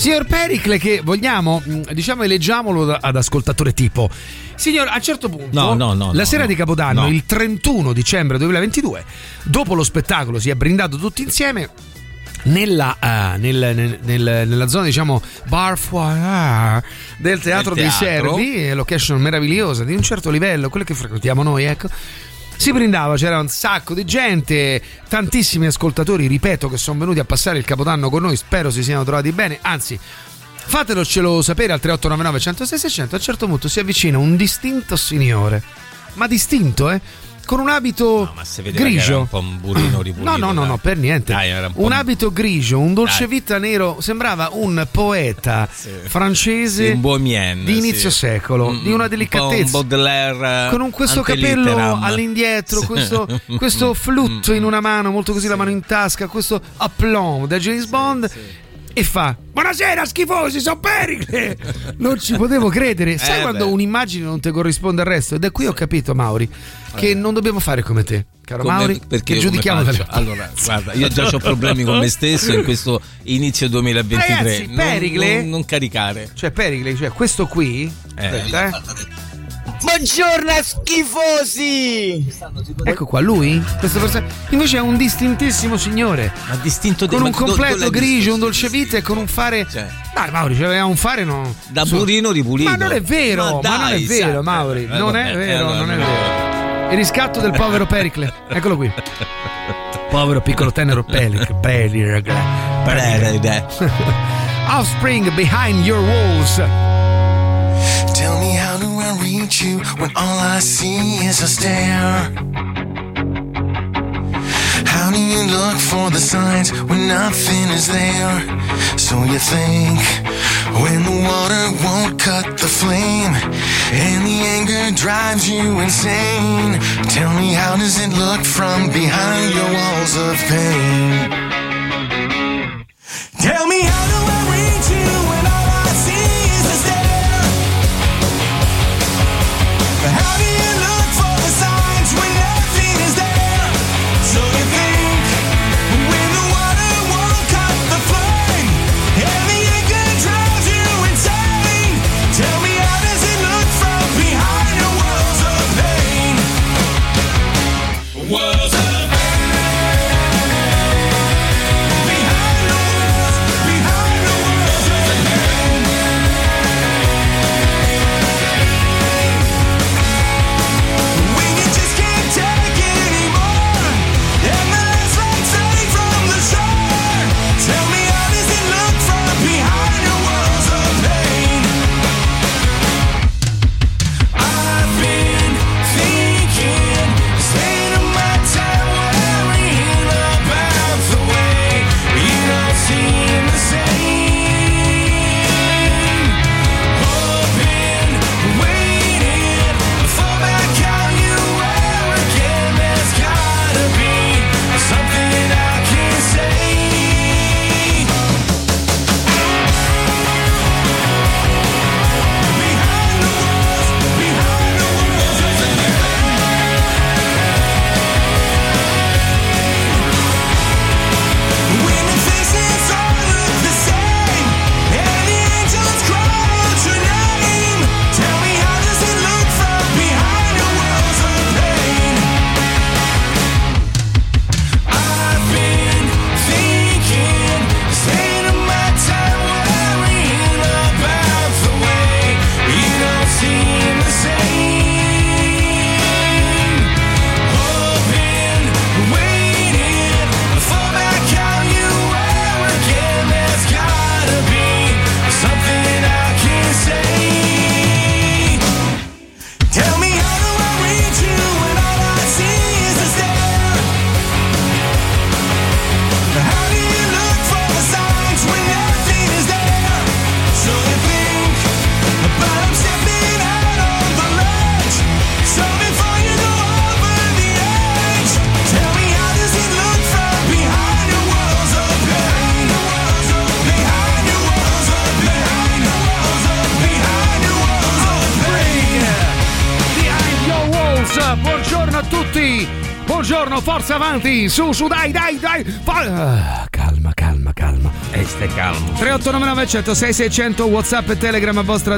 [SPEAKER 3] Signor Pericle, che vogliamo, diciamo, eleggiamolo ad ascoltatore tipo. Signor, a un certo punto,
[SPEAKER 4] no, no, no,
[SPEAKER 3] la
[SPEAKER 4] no,
[SPEAKER 3] sera
[SPEAKER 4] no,
[SPEAKER 3] di Capodanno,
[SPEAKER 4] no.
[SPEAKER 3] il trentuno dicembre duemilaventidue, dopo lo spettacolo si è brindato tutti insieme nella, uh, nel, nel, nel, nella zona, diciamo, bar foire del Teatro dei
[SPEAKER 4] teatro.
[SPEAKER 3] Servi, location meravigliosa di un certo livello, quelle che frequentiamo noi, ecco. Si brindava, c'era un sacco di gente, tantissimi ascoltatori, ripeto, che sono venuti a passare il Capodanno con noi, spero si siano trovati bene, anzi fatelo sapere al tre otto nove nove, uno zero sei, sei zero zero. A un certo punto si avvicina un distinto signore, ma distinto, eh, con un abito
[SPEAKER 4] no, ma se vedeva
[SPEAKER 3] grigio,
[SPEAKER 4] che era un po' un burrino ripulito.
[SPEAKER 3] no no no, no per niente,
[SPEAKER 4] dai, era un, po
[SPEAKER 3] un abito grigio, un dolcevita
[SPEAKER 4] dai.
[SPEAKER 3] nero, sembrava un poeta
[SPEAKER 4] sì.
[SPEAKER 3] francese,
[SPEAKER 4] sì, un bohemien
[SPEAKER 3] di inizio
[SPEAKER 4] sì.
[SPEAKER 3] secolo,
[SPEAKER 4] mm,
[SPEAKER 3] di una delicatezza,
[SPEAKER 4] un Baudelaire
[SPEAKER 3] con un, questo capello all'indietro, questo, questo flutto in una mano, molto così, sì. la mano in tasca, questo aplomb da James Bond, sì, sì. E fa: buonasera schifosi, sono Pericle. Non ci potevo credere. Sai
[SPEAKER 4] eh
[SPEAKER 3] quando
[SPEAKER 4] beh.
[SPEAKER 3] un'immagine non ti corrisponde al resto? Ed è qui ho capito, Mauri, che eh. non dobbiamo fare come te, caro
[SPEAKER 4] come,
[SPEAKER 3] Mauri,
[SPEAKER 4] perché
[SPEAKER 3] che giudichiamo dalle...
[SPEAKER 4] Allora, guarda, io già ho problemi con me stesso in questo inizio duemilaventitré.
[SPEAKER 3] Ragazzi, Pericle,
[SPEAKER 4] non, non, non caricare.
[SPEAKER 3] Cioè Pericle, cioè questo qui
[SPEAKER 4] eh.
[SPEAKER 3] aspetta, eh.
[SPEAKER 14] Buongiorno schifosi!
[SPEAKER 3] Ecco qua, lui, questo person- invece è un distintissimo signore,
[SPEAKER 4] ma distinto
[SPEAKER 3] con
[SPEAKER 4] di,
[SPEAKER 3] un
[SPEAKER 4] ma
[SPEAKER 3] completo
[SPEAKER 4] do, do
[SPEAKER 3] grigio, un dolcevite e con un fare,
[SPEAKER 4] cioè.
[SPEAKER 3] Dai Mauri, c'aveva un fare no...
[SPEAKER 4] da
[SPEAKER 3] su...
[SPEAKER 4] burrino ripulito.
[SPEAKER 3] Ma non è vero,
[SPEAKER 4] ma,
[SPEAKER 3] ma
[SPEAKER 4] dai,
[SPEAKER 3] non è vero,
[SPEAKER 4] sa,
[SPEAKER 3] Mauri,
[SPEAKER 4] eh,
[SPEAKER 3] non
[SPEAKER 4] vabbè,
[SPEAKER 3] è vero,
[SPEAKER 4] eh, allora,
[SPEAKER 3] non è
[SPEAKER 4] no.
[SPEAKER 3] vero. Il riscatto del povero Pericle, eccolo qui. Povero piccolo tenero Pericle, Pericle, Pericle. Offspring, Behind Your Walls.
[SPEAKER 10] Tell me, how do I reach you when all I see is a stare? How do you look for the signs when nothing is there? So you think when the water won't cut the flame and the anger drives you insane. Tell me, how does it look from behind your walls of pain? Tell me, how do I reach you when all I see is a stare? How do you look for the signs when nothing is there? So you think when the water won't cut the flame and the anger drives you insane. Tell me, how does it look from behind your walls of pain? Walls of pain. Behind the walls, behind the walls of pain. When you just can't take it anymore and the last light fade from the shore. Tell me, how does it look from behind your walls of pain? I've been thinking, spending my time worrying about the way you don't seem the same. Hoping, waiting for back on you again. There's gotta be something I can say. Behind the walls, behind the walls of the when the faces all look the same and the angels cry out your name. Tell me, how does it look from behind your walls of pain? I've been thinking, spending my time worrying about the way you don't seem the same. Hoping, waiting for back on you again. There's gotta be something I can say. Tell me, how do I reach you when all I see is a stare? How do you look for the signs when nothing is there? So you think, but I'm stepping out on the ledge. So before you go over the edge, tell me, how does it look from behind your walls of pain? Behind your walls of pain. Behind your walls of pain.
[SPEAKER 3] Behind Your Walls. Buongiorno a tutti, buongiorno, forza avanti, su su, dai dai dai. Fa- ah, calma calma calma,
[SPEAKER 4] Eh, stai calmo.
[SPEAKER 3] tre otto nove nove zero zero sei sei zero zero WhatsApp e Telegram a vostra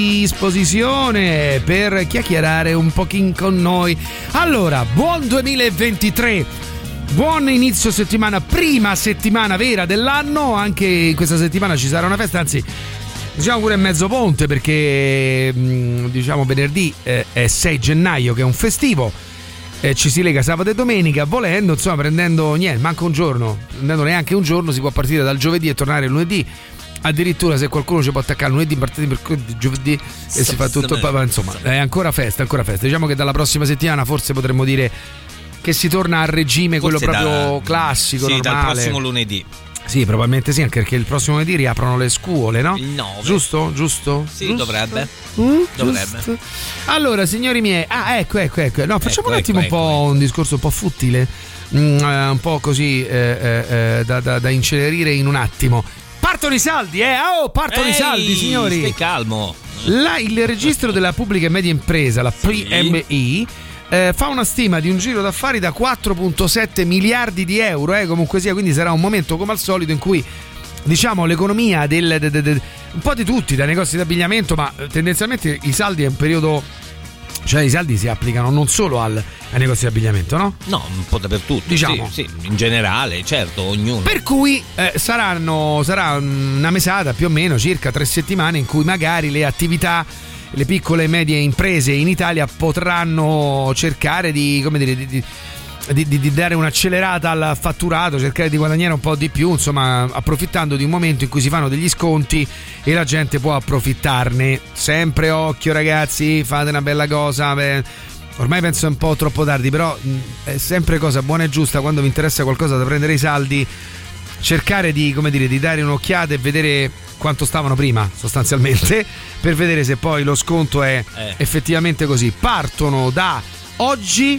[SPEAKER 3] disposizione per chiacchierare un pochino con noi. Allora, buon duemilaventitré, buon inizio settimana, prima settimana vera dell'anno. Anche in questa settimana ci sarà una festa, anzi diciamo pure mezzo ponte, perché diciamo venerdì eh, è sei gennaio, che è un festivo. Eh, ci si lega sabato e domenica, volendo, insomma, prendendo niente, manca un giorno, prendendo neanche un giorno, si può partire dal giovedì e tornare lunedì. Addirittura se qualcuno ci può attaccare lunedì, martedì, mercoledì, giovedì e si fa tutto, insomma, è ancora festa, ancora festa. Diciamo che dalla prossima settimana forse potremmo dire che si torna al regime, quello
[SPEAKER 4] forse
[SPEAKER 3] proprio
[SPEAKER 4] da,
[SPEAKER 3] classico,
[SPEAKER 4] sì,
[SPEAKER 3] normale.
[SPEAKER 4] Dal prossimo lunedì.
[SPEAKER 3] Sì, probabilmente sì, anche perché il prossimo lunedì riaprono le scuole, no?
[SPEAKER 4] Il nove.
[SPEAKER 3] Giusto? Giusto?
[SPEAKER 4] Sì,
[SPEAKER 3] Giusto?
[SPEAKER 4] dovrebbe.
[SPEAKER 3] Mm,
[SPEAKER 4] dovrebbe.
[SPEAKER 3] Giusto. Allora, signori miei, ah, ecco, ecco, ecco. No, facciamo
[SPEAKER 4] ecco,
[SPEAKER 3] un attimo
[SPEAKER 4] ecco,
[SPEAKER 3] un po'
[SPEAKER 4] ecco.
[SPEAKER 3] un discorso un po' futtile, mm, eh, un po' così eh, eh, eh, da, da, da incenerire in un attimo. Partono i saldi, eh! Oh, partono
[SPEAKER 4] Ehi,
[SPEAKER 3] i saldi, signori!
[SPEAKER 4] Stai calmo.
[SPEAKER 3] La, il registro della pubblica e media impresa, la P M I, eh, fa una stima di un giro d'affari da quattro virgola sette miliardi di euro, eh, comunque sia, quindi sarà un momento come al solito in cui, diciamo, l'economia del, de, de, de, un po' di tutti, dai negozi di abbigliamento, ma tendenzialmente i saldi è un periodo, cioè i saldi si applicano non solo al, ai negozi di abbigliamento, no?
[SPEAKER 4] No, un po' dappertutto,
[SPEAKER 3] diciamo.
[SPEAKER 4] Sì, sì, in generale, certo, ognuno.
[SPEAKER 3] Per cui eh, saranno sarà una mesata più o meno, circa tre settimane, in cui magari le attività, le piccole e medie imprese in Italia potranno cercare di, come dire, di, di Di, di, di dare un'accelerata al fatturato, cercare di guadagnare un po' di più, insomma, approfittando di un momento in cui si fanno degli sconti e la gente può approfittarne. Sempre occhio, ragazzi, fate una bella cosa. Beh, ormai penso è un po' troppo tardi, però mh, è sempre cosa buona e giusta, quando vi interessa qualcosa da prendere i saldi, cercare di, come dire, di dare un'occhiata e vedere quanto stavano prima, sostanzialmente, per vedere se poi lo sconto è
[SPEAKER 4] Eh.
[SPEAKER 3] effettivamente così. Partono da oggi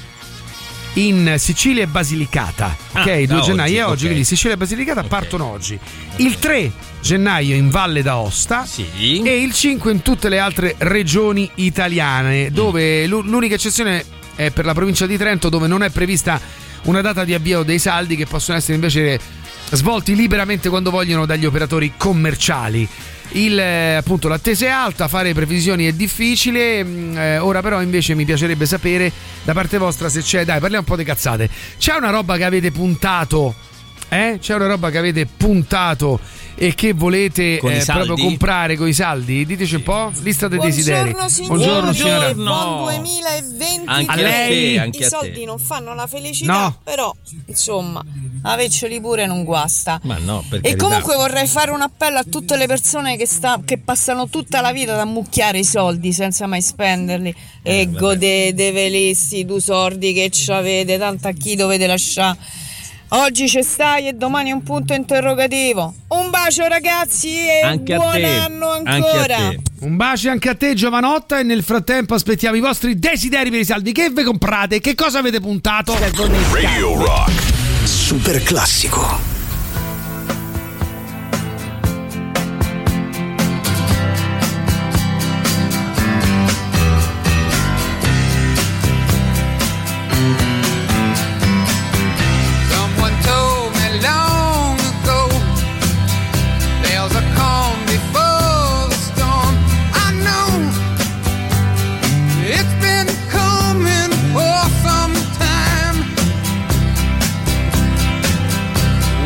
[SPEAKER 3] in Sicilia e Basilicata,
[SPEAKER 4] Ah,
[SPEAKER 3] ok?
[SPEAKER 4] da
[SPEAKER 3] due gennaio
[SPEAKER 4] oggi,
[SPEAKER 3] è oggi,
[SPEAKER 4] ok.
[SPEAKER 3] quindi Sicilia e Basilicata
[SPEAKER 4] Ok.
[SPEAKER 3] partono oggi. Il tre gennaio in Valle d'Aosta,
[SPEAKER 4] Sì.
[SPEAKER 3] e il cinque in tutte le altre regioni italiane, dove l'u- l'unica eccezione è per la provincia di Trento, dove non è prevista una data di avvio dei saldi, che possono essere invece svolti liberamente quando vogliono dagli operatori commerciali. Il, eh, appunto, l'attesa è alta, fare previsioni è difficile. mm, eh, ora però invece mi piacerebbe sapere da parte vostra se c'è, dai, parliamo un po' di cazzate, c'è una roba che avete puntato, eh? C'è una roba che avete puntato e che volete
[SPEAKER 4] Con i
[SPEAKER 3] eh,
[SPEAKER 4] saldi?
[SPEAKER 3] proprio comprare con i saldi? Diteci un po', lista dei desideri.
[SPEAKER 15] Buongiorno signori,
[SPEAKER 3] Buongiorno, signora.
[SPEAKER 15] buon duemilaventitré.
[SPEAKER 4] Anche
[SPEAKER 3] a lei.
[SPEAKER 4] te, anche
[SPEAKER 15] I
[SPEAKER 4] a
[SPEAKER 15] soldi
[SPEAKER 4] te.
[SPEAKER 15] non fanno la felicità,
[SPEAKER 3] No.
[SPEAKER 15] però insomma, averceli pure non guasta.
[SPEAKER 4] Ma no, per
[SPEAKER 15] E
[SPEAKER 4] carità.
[SPEAKER 15] comunque vorrei fare un appello a tutte le persone che, sta, che passano tutta la vita ad ammucchiare i soldi senza mai spenderli.
[SPEAKER 4] Eh,
[SPEAKER 15] e godeteveli sti due soldi che c'avete, tanto a chi dovete lasciare. Oggi ci stai e domani un punto interrogativo. Un bacio ragazzi e
[SPEAKER 4] Anche a
[SPEAKER 15] buon
[SPEAKER 4] te,
[SPEAKER 15] anno
[SPEAKER 4] anche a
[SPEAKER 15] ancora.
[SPEAKER 4] te.
[SPEAKER 3] Un bacio anche a te, giovanotta, e nel frattempo aspettiamo i vostri desideri per i saldi. Che ve comprate? Che cosa avete puntato?
[SPEAKER 2] Radio Rock.
[SPEAKER 1] Super classico.
[SPEAKER 10] Someone told me long ago there's a calm before the storm. I know it's been coming for some time.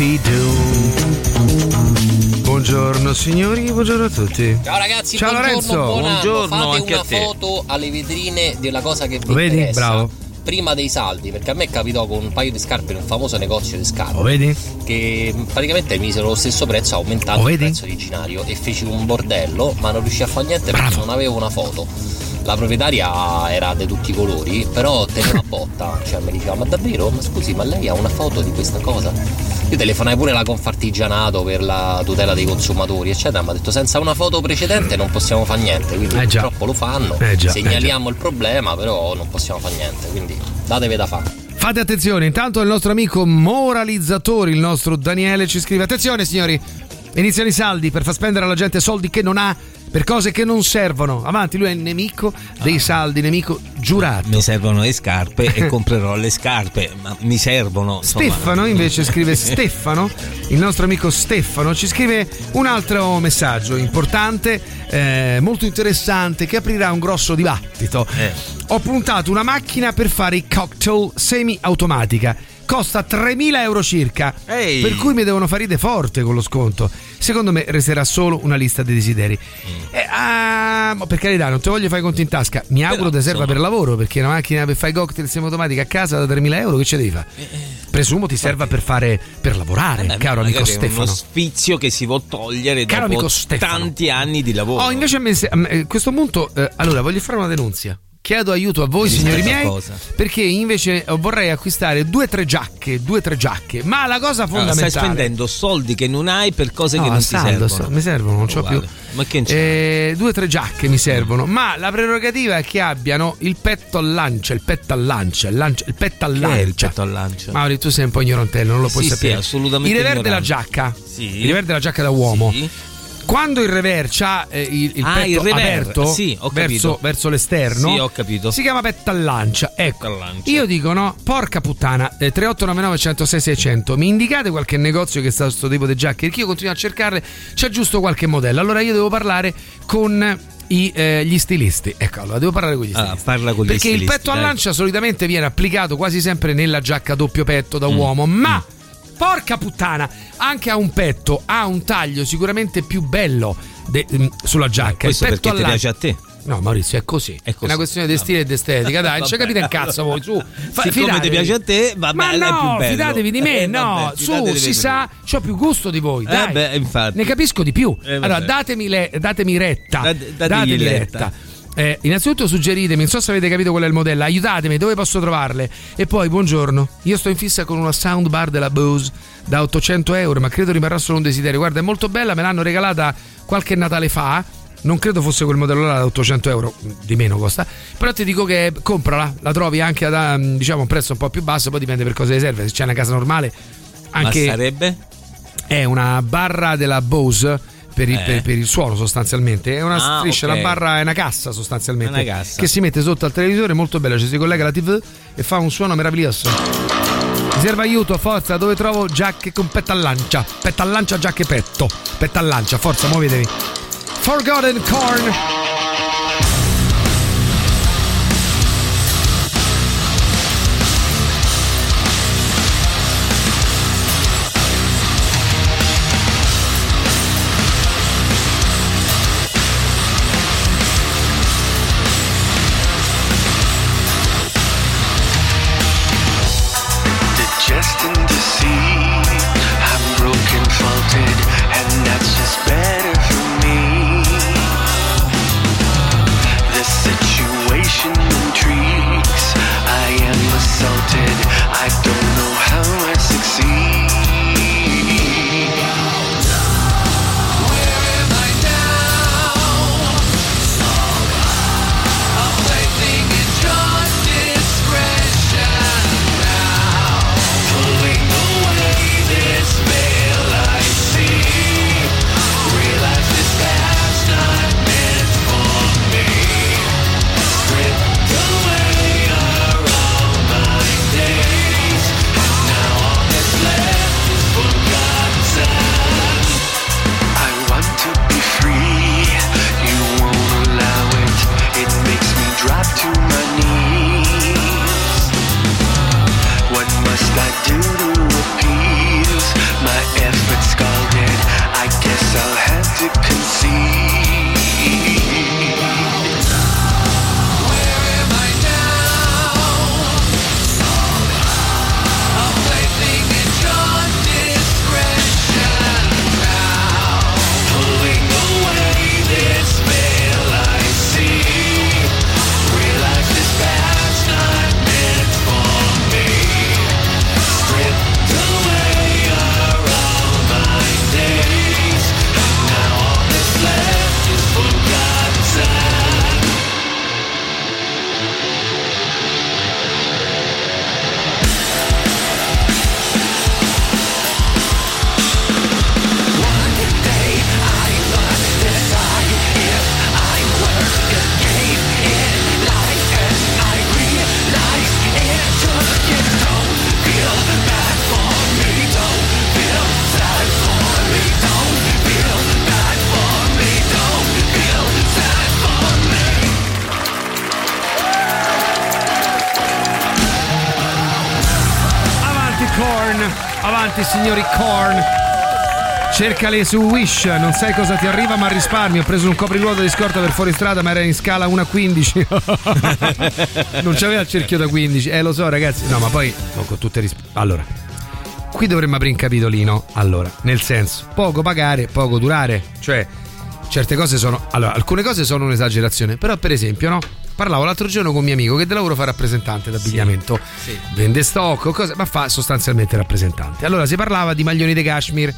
[SPEAKER 3] Scooby-Doo. Buongiorno signori, buongiorno a tutti.
[SPEAKER 16] Ciao ragazzi,
[SPEAKER 3] ciao
[SPEAKER 16] buongiorno,
[SPEAKER 3] Lorenzo.
[SPEAKER 16] buon anno.
[SPEAKER 3] Buongiorno
[SPEAKER 16] Fate
[SPEAKER 3] anche
[SPEAKER 16] una
[SPEAKER 3] a te.
[SPEAKER 16] foto alle vetrine della cosa che vi
[SPEAKER 3] Lo vedi?
[SPEAKER 16] interessa.
[SPEAKER 3] Bravo.
[SPEAKER 16] Prima dei saldi, perché a me capitò con un paio di scarpe in un famoso negozio di scarpe.
[SPEAKER 3] Lo vedi?
[SPEAKER 16] Che praticamente misero lo stesso prezzo aumentando
[SPEAKER 3] Lo
[SPEAKER 16] il
[SPEAKER 3] vedi?
[SPEAKER 16] prezzo originario e feci un bordello, ma non riuscii a fare niente perché non avevo una foto. La proprietaria era di tutti i colori, però teneva botta, cioè mi diceva: ma davvero? Ma scusi, ma lei ha una foto di questa cosa? Io telefonai pure alla Confartigianato per la tutela dei consumatori, eccetera, mi ha detto: senza una foto precedente non possiamo fare niente, quindi
[SPEAKER 3] Eh già.
[SPEAKER 16] purtroppo lo fanno,
[SPEAKER 3] Eh già,
[SPEAKER 16] segnaliamo il problema, però non possiamo fare niente, quindi datevi da fare.
[SPEAKER 3] Fate attenzione, intanto il nostro amico moralizzatore, il nostro Daniele, ci scrive: attenzione signori, iniziano i saldi per far spendere alla gente soldi che non ha per cose che non servono. Avanti, lui è il nemico dei saldi, nemico giurato.
[SPEAKER 4] Mi servono le scarpe e comprerò le scarpe, ma mi servono. insomma.
[SPEAKER 3] Stefano invece scrive Stefano, il nostro amico Stefano ci scrive un altro messaggio importante, eh, molto interessante, che aprirà un grosso dibattito.
[SPEAKER 4] Eh.
[SPEAKER 3] Ho puntato una macchina per fare i cocktail semi-automatica, costa tremila euro circa,
[SPEAKER 4] Ehi.
[SPEAKER 3] per cui mi devono far ridere forte con lo sconto. Secondo me resterà solo una lista dei desideri.
[SPEAKER 4] Mm.
[SPEAKER 3] Eh, ah, ma per carità, non te voglio fare i conti in tasca, mi auguro
[SPEAKER 4] Però,
[SPEAKER 3] te serva
[SPEAKER 4] insomma.
[SPEAKER 3] per lavoro, perché una macchina per fare i cocktail semiautomatica a casa da tremila euro che ce devi fare? Presumo ti serva per fare per lavorare,
[SPEAKER 4] Eh,
[SPEAKER 3] caro amico
[SPEAKER 4] magari è
[SPEAKER 3] Stefano.
[SPEAKER 4] uno sfizio che si vuol togliere
[SPEAKER 3] Caro
[SPEAKER 4] dopo
[SPEAKER 3] amico Stefano.
[SPEAKER 4] tanti anni di lavoro.
[SPEAKER 3] Oh, invece a me se- a me- a questo punto, eh, allora voglio fare una denunzia. Chiedo aiuto a voi,
[SPEAKER 4] Di
[SPEAKER 3] signori
[SPEAKER 4] questa
[SPEAKER 3] miei,
[SPEAKER 4] cosa.
[SPEAKER 3] perché invece eh, vorrei acquistare due o tre giacche, due o tre giacche, ma la cosa
[SPEAKER 4] Allora,
[SPEAKER 3] fondamentale.
[SPEAKER 4] stai spendendo soldi che non hai per cose
[SPEAKER 3] No,
[SPEAKER 4] che non
[SPEAKER 3] saldo,
[SPEAKER 4] ti servono.
[SPEAKER 3] sto- mi servono, non c'ho
[SPEAKER 4] Uguale.
[SPEAKER 3] più.
[SPEAKER 4] Ma che c'è?
[SPEAKER 3] Eh, due o tre giacche mi servono, ma la prerogativa è che abbiano il petto al lancia, il petto al lancia, il, lancia, il petto al
[SPEAKER 4] Che è
[SPEAKER 3] lancia.
[SPEAKER 4] il petto al lancia?
[SPEAKER 3] Mauri, tu sei un po' ignorantello, non lo puoi
[SPEAKER 4] Sì, sì,
[SPEAKER 3] sapere.
[SPEAKER 4] assolutamente
[SPEAKER 3] Il rever della
[SPEAKER 4] ignorante.
[SPEAKER 3] giacca,
[SPEAKER 4] Sì.
[SPEAKER 3] il rever della giacca da uomo.
[SPEAKER 4] Sì.
[SPEAKER 3] Quando il rever c'ha eh, il, il
[SPEAKER 4] Ah,
[SPEAKER 3] petto
[SPEAKER 4] il rever,
[SPEAKER 3] aperto
[SPEAKER 4] sì, ho
[SPEAKER 3] verso,
[SPEAKER 4] capito.
[SPEAKER 3] verso l'esterno,
[SPEAKER 4] Sì, ho capito.
[SPEAKER 3] si chiama petto al lancia. Ecco,
[SPEAKER 4] Petto al lancia.
[SPEAKER 3] io dico no, porca puttana, eh, tre otto nove nove uno zero sei sei zero zero, mi indicate qualche negozio che sta questo tipo di giacche? Perché io continuo a cercarle, c'è giusto qualche modello. Allora io devo parlare con i, eh, gli stilisti. Ecco, allora devo parlare con gli stilisti.
[SPEAKER 4] Ah, parla con gli
[SPEAKER 3] Perché il
[SPEAKER 4] stilisti,
[SPEAKER 3] petto a
[SPEAKER 4] dai.
[SPEAKER 3] lancia solitamente viene applicato quasi sempre nella giacca doppio petto da uomo, ma porca puttana, anche a un petto ha un taglio sicuramente più bello de- mm, sulla giacca.
[SPEAKER 4] Questo
[SPEAKER 3] il petto
[SPEAKER 4] perché ti
[SPEAKER 3] alla-
[SPEAKER 4] piace a te.
[SPEAKER 3] No, Maurizio, è così. È,
[SPEAKER 4] così.
[SPEAKER 3] una questione di stile e di estetica. Dai, non ci
[SPEAKER 4] Vabbè,
[SPEAKER 3] capite un
[SPEAKER 4] allora.
[SPEAKER 3] cazzo voi, su. Fa-
[SPEAKER 4] Siccome ti
[SPEAKER 3] fidatevi.
[SPEAKER 4] piace a te, vabbè,
[SPEAKER 3] Ma
[SPEAKER 4] è
[SPEAKER 3] no,
[SPEAKER 4] più bello.
[SPEAKER 3] fidatevi di me,
[SPEAKER 4] Eh,
[SPEAKER 3] no.
[SPEAKER 4] vabbè,
[SPEAKER 3] Su,
[SPEAKER 4] fidatevi
[SPEAKER 3] si
[SPEAKER 4] di
[SPEAKER 3] sa, c'ho più gusto di voi. Dai.
[SPEAKER 4] Eh beh, infatti.
[SPEAKER 3] Ne capisco di più.
[SPEAKER 4] Eh, vabbè.
[SPEAKER 3] allora, datemi, le- datemi retta.
[SPEAKER 4] Dat- dategli
[SPEAKER 3] datemi
[SPEAKER 4] retta.
[SPEAKER 3] Eh, innanzitutto suggeritemi, non so se avete capito qual è il modello, aiutatemi, dove posso trovarle? E poi, buongiorno, io sto in fissa con una soundbar della Bose da ottocento euro, ma credo rimarrà solo un desiderio. Guarda, è molto bella, me l'hanno regalata qualche Natale fa. Non credo fosse quel modello là da ottocento euro, di meno costa. Però ti dico che comprala, la trovi anche a diciamo un prezzo un po' più basso, poi dipende per cosa ti serve. Se c'è una casa normale, anche
[SPEAKER 4] Ma sarebbe?
[SPEAKER 3] è una barra della Bose per il,
[SPEAKER 4] Eh.
[SPEAKER 3] per, per il suono sostanzialmente. È una
[SPEAKER 4] Ah,
[SPEAKER 3] striscia,
[SPEAKER 4] ok.
[SPEAKER 3] la barra è una cassa sostanzialmente.
[SPEAKER 4] Una cassa.
[SPEAKER 3] Che si mette sotto al televisore, molto bella, ci si collega alla tivù e fa un suono meraviglioso. Mi serve aiuto, forza, dove trovo giacche con petto a lancia? Petto a lancia, giacche petto. Petto a lancia, forza, muovetevi. Forgotten Corn.
[SPEAKER 10] Destined to see I'm broken, faulted, and that's just better for me. to conceive.
[SPEAKER 3] Avanti signori Korn, cercale su Wish, non sai cosa ti arriva ma risparmi. Ho preso un copriruoto di scorta per fuoristrada ma era in scala uno a quindici. Non c'aveva il cerchio da quindici. Eh lo so ragazzi, no ma poi no, con tutte risp- allora qui dovremmo aprire un capitolino. Allora, nel senso, poco pagare, poco durare. Cioè, certe cose sono, allora, alcune cose sono un'esagerazione. Però per esempio, no? Parlavo l'altro giorno con un mio amico che del lavoro fa rappresentante d'abbigliamento, sì, sì. Vende stock o cose, ma fa sostanzialmente rappresentante. Allora si parlava di maglioni di cashmere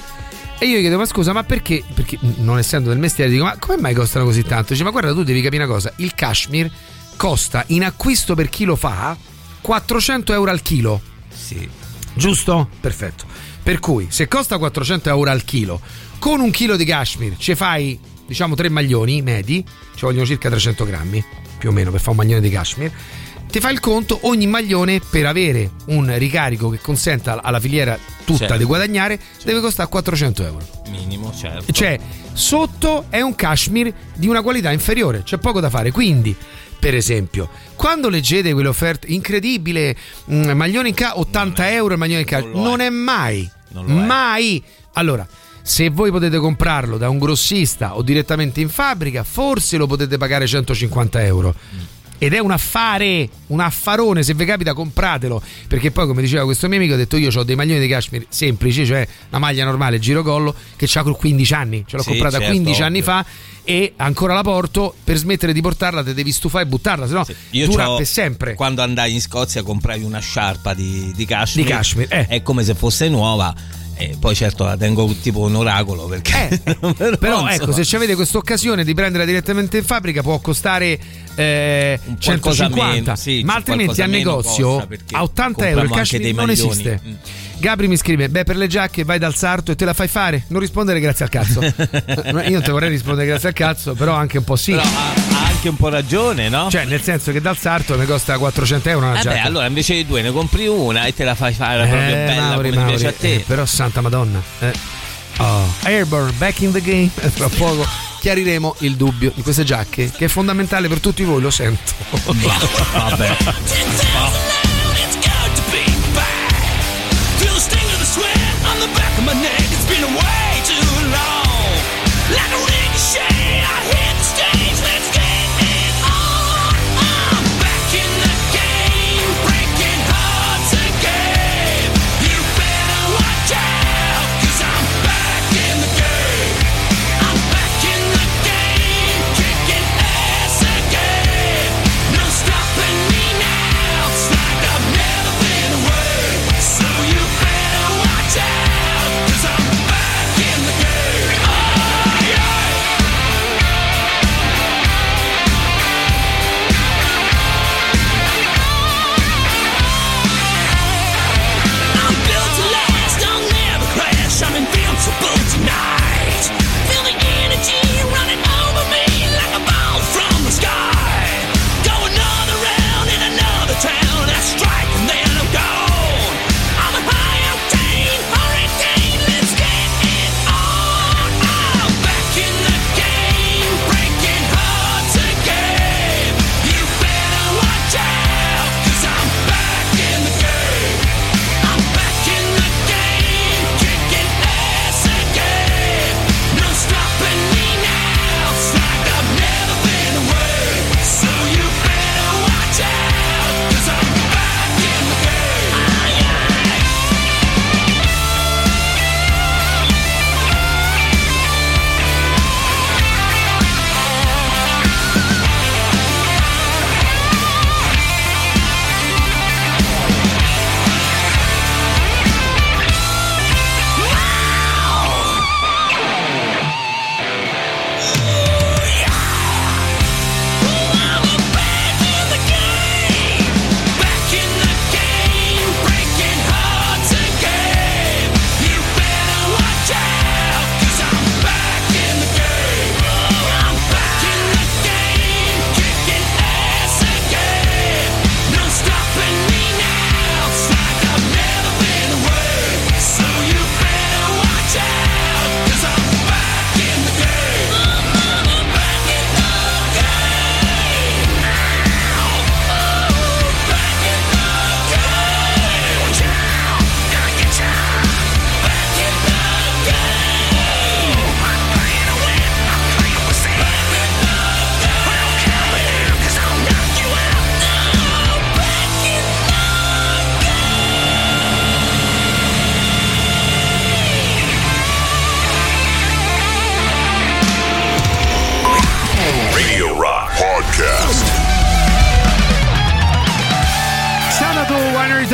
[SPEAKER 3] e io gli chiedo: ma scusa, ma perché? Perché non essendo del mestiere dico: ma come mai costano così tanto? Dice: ma guarda, tu devi capire una cosa, il cashmere costa in acquisto per chi lo fa quattrocento euro al chilo.
[SPEAKER 4] Sì.
[SPEAKER 3] Giusto? Perfetto. Per cui se costa quattrocento euro al chilo, con un chilo di cashmere ci fai diciamo tre maglioni medi, ci vogliono circa trecento grammi più o meno per fare un maglione di cashmere. Ti fai il conto, ogni maglione per avere un ricarico che consenta alla filiera tutta, certo, di guadagnare, certo, deve costare quattrocento euro
[SPEAKER 4] minimo, certo.
[SPEAKER 3] Cioè sotto è un cashmere di una qualità inferiore, c'è poco da fare. Quindi per esempio quando leggete quelle offerte incredibile, mh, maglione in ca ottanta euro il maglione in cashmere, non, non è mai non mai è. Allora, se voi potete comprarlo da un grossista o direttamente in fabbrica, forse lo potete pagare centocinquanta euro. Mm. Ed è un affare, un affarone, se vi capita compratelo, perché poi come diceva questo mio amico, ha detto: io ho dei maglioni di cashmere semplici, cioè una maglia normale girocollo che c'ha quindici anni, ce l'ho sì, comprata certo, quindici ovvio. anni fa e ancora la porto. Per smettere di portarla te devi stufare e buttarla, sennò sì. dura per sempre.
[SPEAKER 4] Quando andai in Scozia comprai una sciarpa di, di cashmere,
[SPEAKER 3] di cashmere eh.
[SPEAKER 4] È come se fosse nuova. E poi certo la tengo tipo un oracolo perché
[SPEAKER 3] eh, però, però ecco, se avete questa occasione di prenderla direttamente in fabbrica può costare eh, centocinquanta meno, sì, ma altrimenti al negozio a ottanta euro il cashmere non esiste. mm. Gabri mi scrive: beh, per le giacche vai dal sarto e te la fai fare, non rispondere grazie al cazzo. Io non te vorrei rispondere grazie al cazzo, però anche un po' sì.
[SPEAKER 4] Però ha, ha anche un po' ragione, no?
[SPEAKER 3] Cioè nel senso che dal sarto mi costa quattrocento euro una
[SPEAKER 4] eh
[SPEAKER 3] giacca.
[SPEAKER 4] Beh, allora invece di due ne compri una e te la fai fare proprio
[SPEAKER 3] eh,
[SPEAKER 4] bella
[SPEAKER 3] Mauri,
[SPEAKER 4] come
[SPEAKER 3] Mauri,
[SPEAKER 4] piace a te.
[SPEAKER 3] Eh, però santa madonna eh. Oh. Airborne back in the game. Tra poco chiariremo il dubbio di queste giacche, che è fondamentale per tutti voi, lo sento.
[SPEAKER 4] Vabbè.
[SPEAKER 10] Yeah!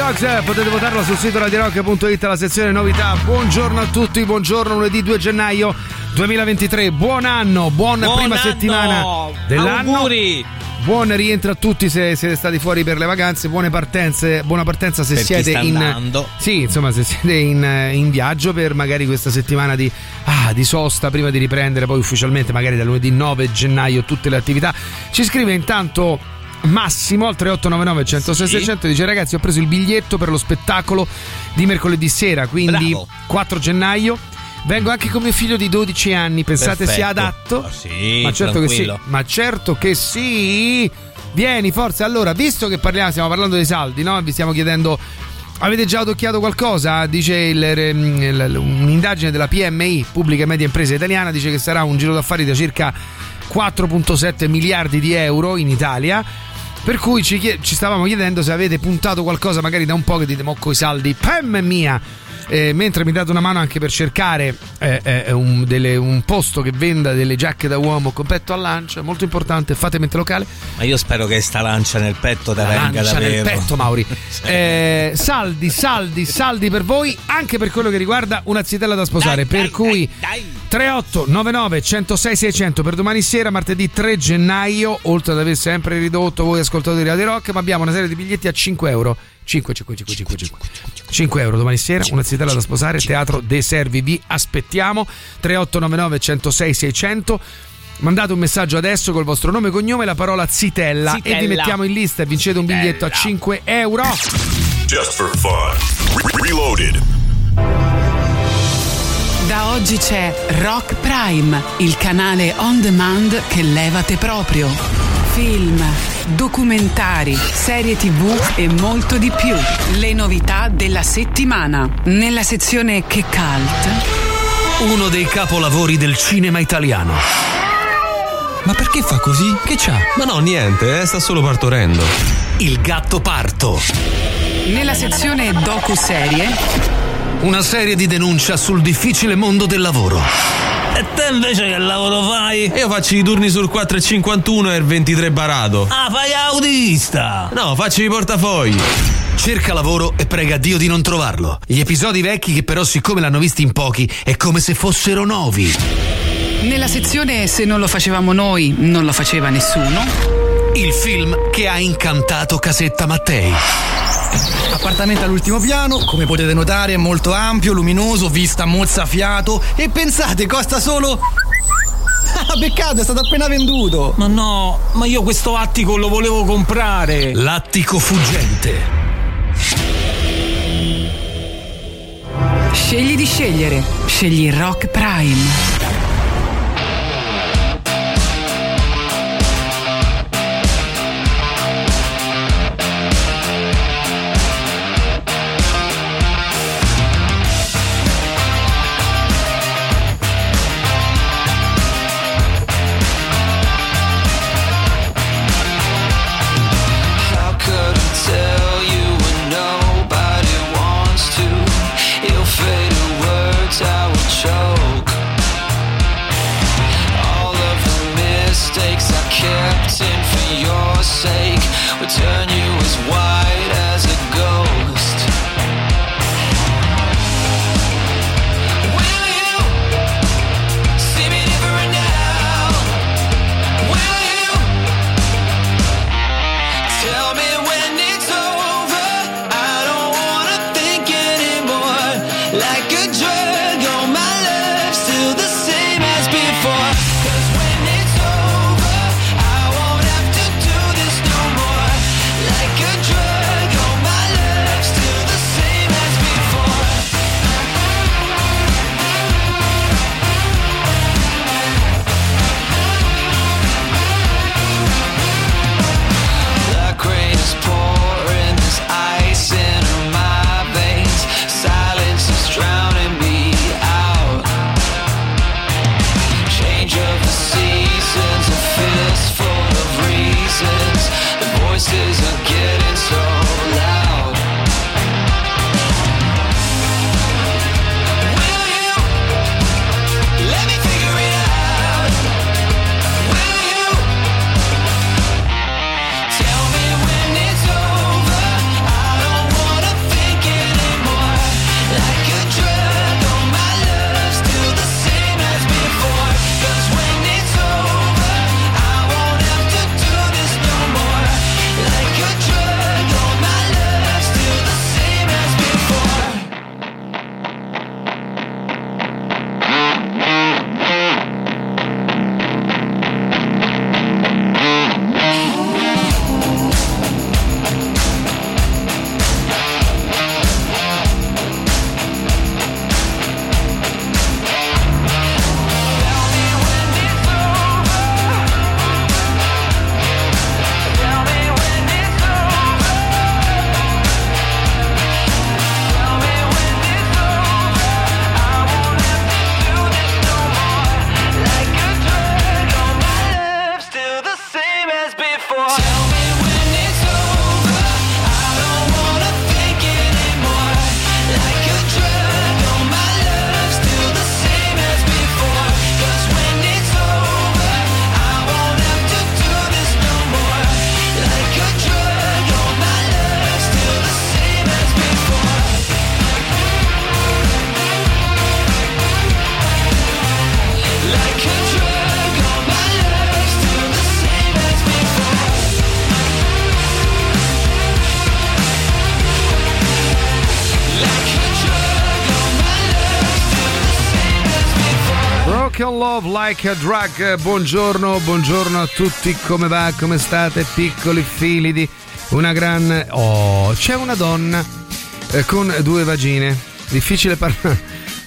[SPEAKER 3] Jukebox, potete votarla sul sito radio rock punto it, la sezione novità. Buongiorno a tutti, buongiorno, lunedì due gennaio duemilaventitré, buon anno, buona
[SPEAKER 4] buon
[SPEAKER 3] prima
[SPEAKER 4] anno.
[SPEAKER 3] settimana dell'anno.
[SPEAKER 4] Auguri.
[SPEAKER 3] Buon rientro a tutti se siete stati fuori per le vacanze, buone partenze, buona partenza se
[SPEAKER 4] Per chi
[SPEAKER 3] siete
[SPEAKER 4] sta
[SPEAKER 3] in
[SPEAKER 4] andando.
[SPEAKER 3] Sì, insomma, se siete in, in viaggio per magari questa settimana di, ah, di sosta prima di riprendere poi ufficialmente magari da lunedì nove gennaio tutte le attività. Ci scrive intanto Massimo al tre otto nove nove uno zero sei sei zero zero, dice: ragazzi, ho preso il biglietto per lo spettacolo di mercoledì sera, quindi
[SPEAKER 4] Bravo.
[SPEAKER 3] quattro gennaio. Vengo anche con mio figlio di dodici anni, pensate
[SPEAKER 4] Perfetto.
[SPEAKER 3] sia adatto?
[SPEAKER 4] Ah, sì,
[SPEAKER 3] ma certo che sì,
[SPEAKER 4] tranquillo.
[SPEAKER 3] ma certo che sì. Vieni, forza. Allora, visto che parliamo, stiamo parlando dei saldi, no? Vi stiamo chiedendo: avete già adocchiato qualcosa? Dice il, il, un'indagine della P M I, Pubblica e Media Impresa Italiana, dice che sarà un giro d'affari da circa quattro virgola sette miliardi di euro in Italia. Per cui ci, chied- ci stavamo chiedendo se avete puntato qualcosa magari da un po', che dite: mo coi saldi, pem mia. Eh, mentre mi date una mano anche per cercare eh, eh, un, delle, un posto che venda delle giacche da uomo con petto a lancia, molto importante, fate mente locale.
[SPEAKER 4] Ma io spero che sta lancia nel petto te
[SPEAKER 3] La
[SPEAKER 4] venga
[SPEAKER 3] lancia
[SPEAKER 4] davvero.
[SPEAKER 3] nel petto, Mauri. eh, saldi, saldi, saldi per voi, anche per quello che riguarda una zitella da sposare.
[SPEAKER 4] Dai,
[SPEAKER 3] per
[SPEAKER 4] dai,
[SPEAKER 3] cui
[SPEAKER 4] dai, dai.
[SPEAKER 3] tre otto nove nove uno zero sei sei zero zero per domani sera, martedì tre gennaio. Oltre ad aver sempre ridotto voi ascoltatori di Radio Rock, ma abbiamo una serie di biglietti a cinque euro. cinque, cinque, cinque, cinque, cinque. cinque euro domani sera, una zitella da sposare, Teatro De Servi, vi aspettiamo. Tre otto nove nove uno zero sei sei zero zero. Mandate un messaggio adesso col vostro nome e cognome, la parola zitella,
[SPEAKER 4] Zitella.
[SPEAKER 3] e vi mettiamo in lista e vincete un biglietto a cinque euro.
[SPEAKER 2] Just for fun. Re- Reloaded.
[SPEAKER 17] Da oggi c'è Rock Prime, il canale on demand che levate proprio. Film, documentari, serie tv e molto di più. Le novità della settimana. Nella sezione Che Cult,
[SPEAKER 18] uno dei capolavori del cinema italiano.
[SPEAKER 19] Ma perché fa così? Che c'ha? Ma no, niente, eh, sta solo partorendo.
[SPEAKER 18] Il gatto parto.
[SPEAKER 17] nella sezione docuserie,
[SPEAKER 18] una serie di denuncia sul difficile mondo del lavoro.
[SPEAKER 19] E te invece che lavoro fai? Io faccio i turni sul quattro e cinquantuno e il ventitré barato.
[SPEAKER 18] Ah, fai autista?
[SPEAKER 19] No, faccio i portafogli.
[SPEAKER 18] Cerca lavoro e prega Dio di non trovarlo. Gli episodi vecchi che però, siccome l'hanno visti in pochi, è come se fossero nuovi.
[SPEAKER 17] nella sezione Se non lo facevamo noi, non lo faceva nessuno,
[SPEAKER 18] il film che ha incantato Casetta Mattei.
[SPEAKER 20] Appartamento all'ultimo piano, come potete notare è molto ampio, luminoso, vista mozzafiato e pensate costa solo... Ah, peccato, è stato appena venduto.
[SPEAKER 19] Ma no, ma io questo attico lo volevo comprare.
[SPEAKER 18] L'attico fuggente.
[SPEAKER 17] Scegli di scegliere, scegli Rock Prime.
[SPEAKER 10] Turn you as white as a ghost. Will you see me different now? Will you tell me when it's over? I don't wanna think anymore. Like a drug on my love, still the same as before. 'Cause when it's over, I won't have to do this no more. Like a drug
[SPEAKER 3] Love Like a Drug. Buongiorno, buongiorno a tutti, come va, come state, piccoli figli di una gran... Oh, c'è una donna eh, con due vagine. Difficile parlare.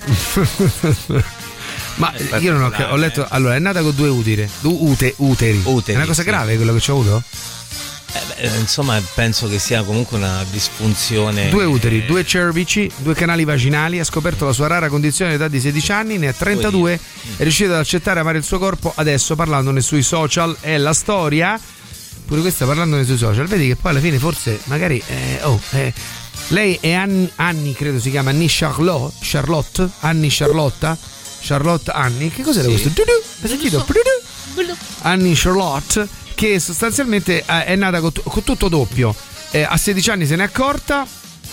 [SPEAKER 3] Ma io non ho, ho letto. Allora, è nata con due uteri. Due ute, uteri. uteri. È una cosa grave quello che ci ho avuto?
[SPEAKER 4] Eh beh, insomma, penso che sia comunque una disfunzione.
[SPEAKER 3] Due uteri, due cervici, due canali vaginali. Ha scoperto la sua rara condizione all'età di sedici anni, ne ha trentadue. È riuscito ad accettare e amare il suo corpo. Adesso, parlandone sui social, è la storia. Pure questa parlandone sui social. Vedi che poi alla fine forse magari eh, oh, eh, lei è Anni, Anni, credo si chiama Annie Charlotte Charlotte Annie Charlotta Charlotte Annie. Che cos'era
[SPEAKER 4] sì.
[SPEAKER 3] questo? Hai sentito? Annie Charlotte, che sostanzialmente è nata con, con tutto doppio. Eh, a sedici anni se n'è accorta.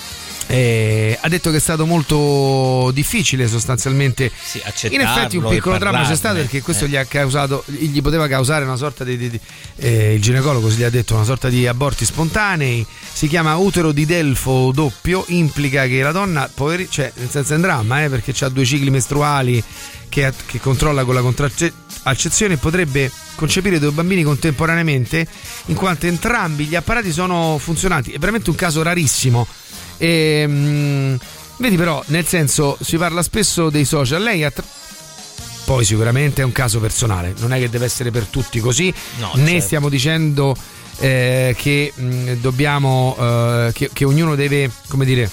[SPEAKER 3] Eh, ha detto che è stato molto difficile sostanzialmente.
[SPEAKER 4] Sì,
[SPEAKER 3] in effetti un piccolo dramma c'è stato, perché questo eh. gli ha causato, gli poteva causare una sorta di, di, di eh, il ginecologo si gli ha detto una sorta di aborti spontanei. Si chiama utero di Delfo doppio, implica che la donna, poveri, cioè nel senso è un dramma, eh, perché ha due cicli mestruali che, che controlla con la contraccezione e potrebbe concepire due bambini contemporaneamente, in quanto entrambi gli apparati sono funzionanti. È veramente un caso rarissimo. E, mh, vedi, però, nel senso, si parla spesso dei social. Lei ha tra... poi sicuramente è un caso personale, non è che deve essere per tutti così,
[SPEAKER 4] no,
[SPEAKER 3] né
[SPEAKER 4] certo.
[SPEAKER 3] stiamo dicendo eh, che mh, dobbiamo eh, che, che ognuno deve, come dire,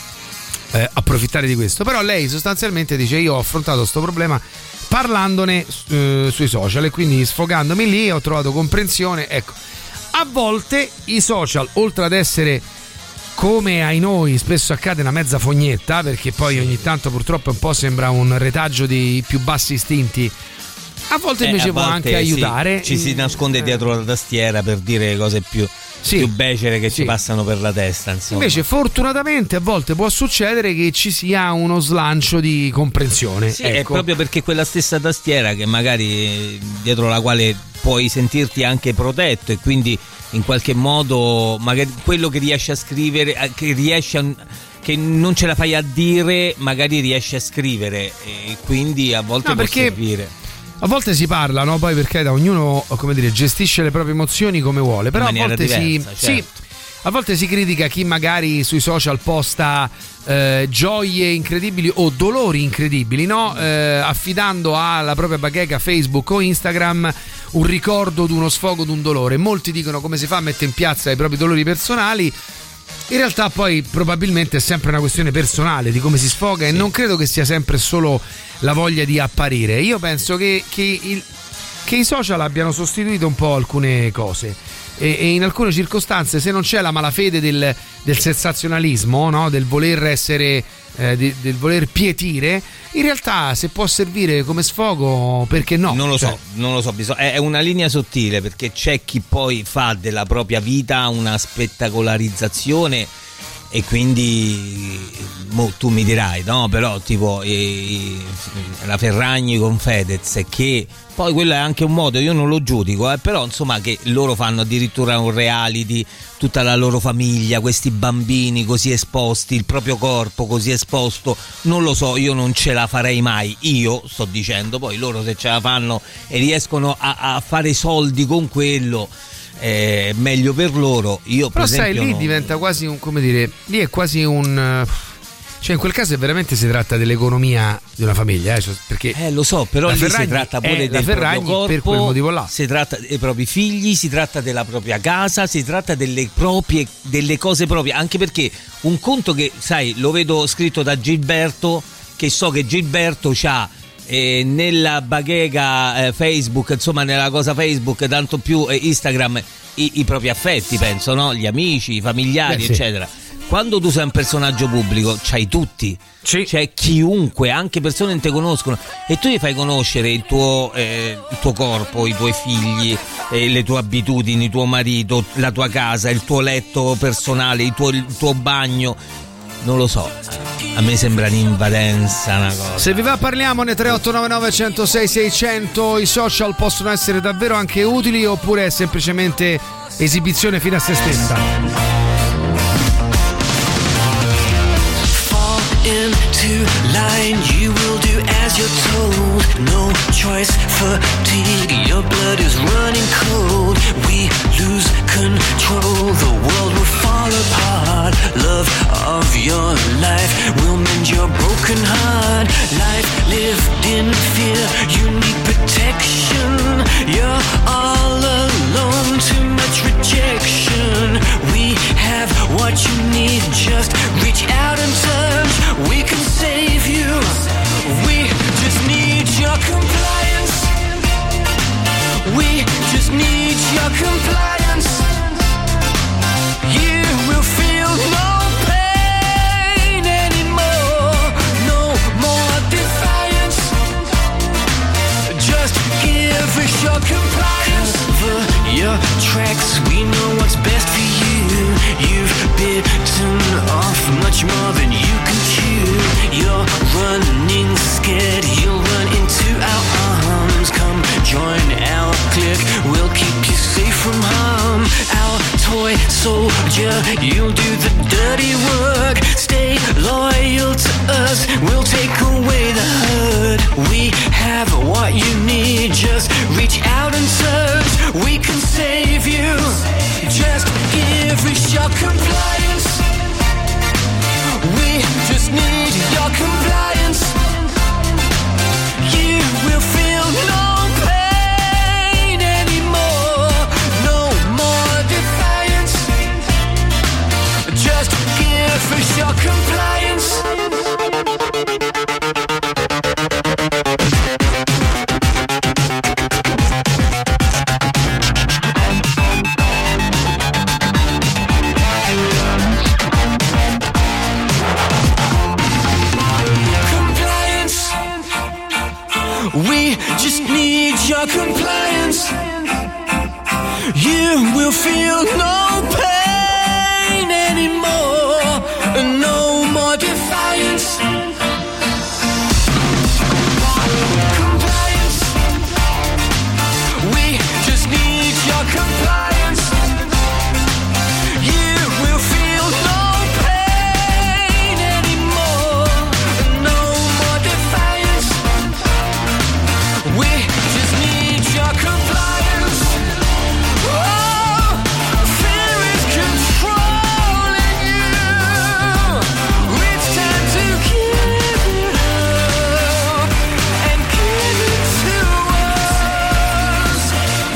[SPEAKER 3] eh, approfittare di questo. Però lei sostanzialmente dice: io ho affrontato questo problema parlandone eh, sui social, e quindi sfogandomi lì ho trovato comprensione. Ecco, a volte i social, oltre ad essere, come ai noi spesso accade, una mezza fognetta, perché poi ogni tanto purtroppo un po' sembra un retaggio dei più bassi istinti, a volte
[SPEAKER 4] eh,
[SPEAKER 3] invece
[SPEAKER 4] a
[SPEAKER 3] può
[SPEAKER 4] volte,
[SPEAKER 3] anche aiutare.
[SPEAKER 4] Sì, ci si nasconde dietro la tastiera per dire cose più,
[SPEAKER 3] sì.
[SPEAKER 4] più becere che
[SPEAKER 3] sì.
[SPEAKER 4] ci passano per la testa, insomma.
[SPEAKER 3] Invece fortunatamente a volte può succedere che ci sia uno slancio di comprensione.
[SPEAKER 4] Sì,
[SPEAKER 3] ecco.
[SPEAKER 4] È proprio perché quella stessa tastiera che magari dietro la quale puoi sentirti anche protetto, e quindi in qualche modo magari quello che riesci a scrivere, che riesci a, che non ce la fai a dire, magari riesci a scrivere, e quindi a volte
[SPEAKER 3] no,
[SPEAKER 4] può
[SPEAKER 3] perché
[SPEAKER 4] servire.
[SPEAKER 3] A volte si parla, no? Poi perché da ognuno, come dire, gestisce le proprie emozioni come vuole, però a volte
[SPEAKER 4] diversa,
[SPEAKER 3] si
[SPEAKER 4] certo.
[SPEAKER 3] sì, a volte si critica chi magari sui social posta eh, gioie incredibili o dolori incredibili, no? Eh, affidando alla propria bacheca Facebook o Instagram un ricordo di uno sfogo, di un dolore. Molti dicono: come si fa a mettere in piazza i propri dolori personali? In realtà poi probabilmente è sempre una questione personale di come si sfoga, sì. E non credo che sia sempre solo la voglia di apparire. Io penso che, che, il, che i social abbiano sostituito un po' alcune cose, e, e in alcune circostanze, se non c'è la malafede del, del sensazionalismo, no? Del voler essere eh, di, del voler pietire, in realtà se può servire come sfogo, perché no?
[SPEAKER 4] Non lo
[SPEAKER 3] cioè,
[SPEAKER 4] so, non lo so, bisog- è una linea sottile, perché c'è chi poi fa della propria vita una spettacolarizzazione, e quindi mo, tu mi dirai, no? Però tipo eh, la Ferragni con Fedez, che poi quello è anche un modo, io non lo giudico, eh, però insomma, che loro fanno addirittura un reality, tutta la loro famiglia, questi bambini così esposti, il proprio corpo così esposto, non lo so, io non ce la farei mai, io sto dicendo, poi loro se ce la fanno e riescono a, a fare soldi con quello, è meglio per loro. Io
[SPEAKER 3] però
[SPEAKER 4] per
[SPEAKER 3] sai,
[SPEAKER 4] esempio
[SPEAKER 3] lì
[SPEAKER 4] non...
[SPEAKER 3] diventa quasi un, come dire, lì è quasi un, cioè in quel caso è veramente si tratta dell'economia di una famiglia, eh, cioè, perché
[SPEAKER 4] eh lo so, però lì si tratta pure del proprio corpo,
[SPEAKER 3] per quel motivo là.
[SPEAKER 4] Si tratta dei propri figli, si tratta della propria casa, si tratta delle proprie, delle cose proprie, anche perché un conto che, sai, lo vedo scritto da Gilberto, che so che Gilberto c'ha eh, nella bacheca eh, Facebook, insomma nella cosa Facebook, tanto più eh, Instagram, i, i propri affetti, penso, no? Gli amici, i familiari,
[SPEAKER 3] Beh, sì.
[SPEAKER 4] eccetera. Quando tu sei un personaggio pubblico, c'hai tutti,
[SPEAKER 3] sì.
[SPEAKER 4] C'è chiunque, anche persone che non ti conoscono, e tu gli fai conoscere il tuo, eh, il tuo corpo, i tuoi figli, eh, le tue abitudini, tuo marito, la tua casa, il tuo letto personale, il tuo, il tuo bagno. Non lo so, a me sembra un'invadenza una cosa.
[SPEAKER 3] Se vi va parliamone, tre otto nove nove uno zero sei sei zero zero. I social possono essere davvero anche utili, oppure è semplicemente esibizione fino a se stessa?
[SPEAKER 10] Into line, you will do as you're told. No choice, fatigue, your blood is running cold. We lose control, the world will fall apart. Love of your life will mend your broken heart. Life lived in fear, you need protection. You're all alone, too much rejection. We have what you need, just reach out and touch. We can save you, we just need your compliance. We just need your compliance. You will feel no pain anymore, no more defiance. Just give us your compliance. Cover your tracks, we know what's best for you. You've bitten off much more than you can chew. You're running scared, you'll run into our arms. Come join our clique, we'll keep you safe from harm. Our toy soldier, you'll do the dirty work. Stay loyal to us, we'll take away the hurt. We have what you need, just reach out and touch. We can save you, just give us your compliance. We just need your compliance. You will feel no pain anymore, no more defiance. Just give us your compliance. We just need your compliance. You will feel no pain anymore, no more defiance. Compliance. We just need your compliance. You will feel no pain anymore, no more defiance. We just need your compliance. Oh, fear is controlling you. It's time to give it up and give it to us.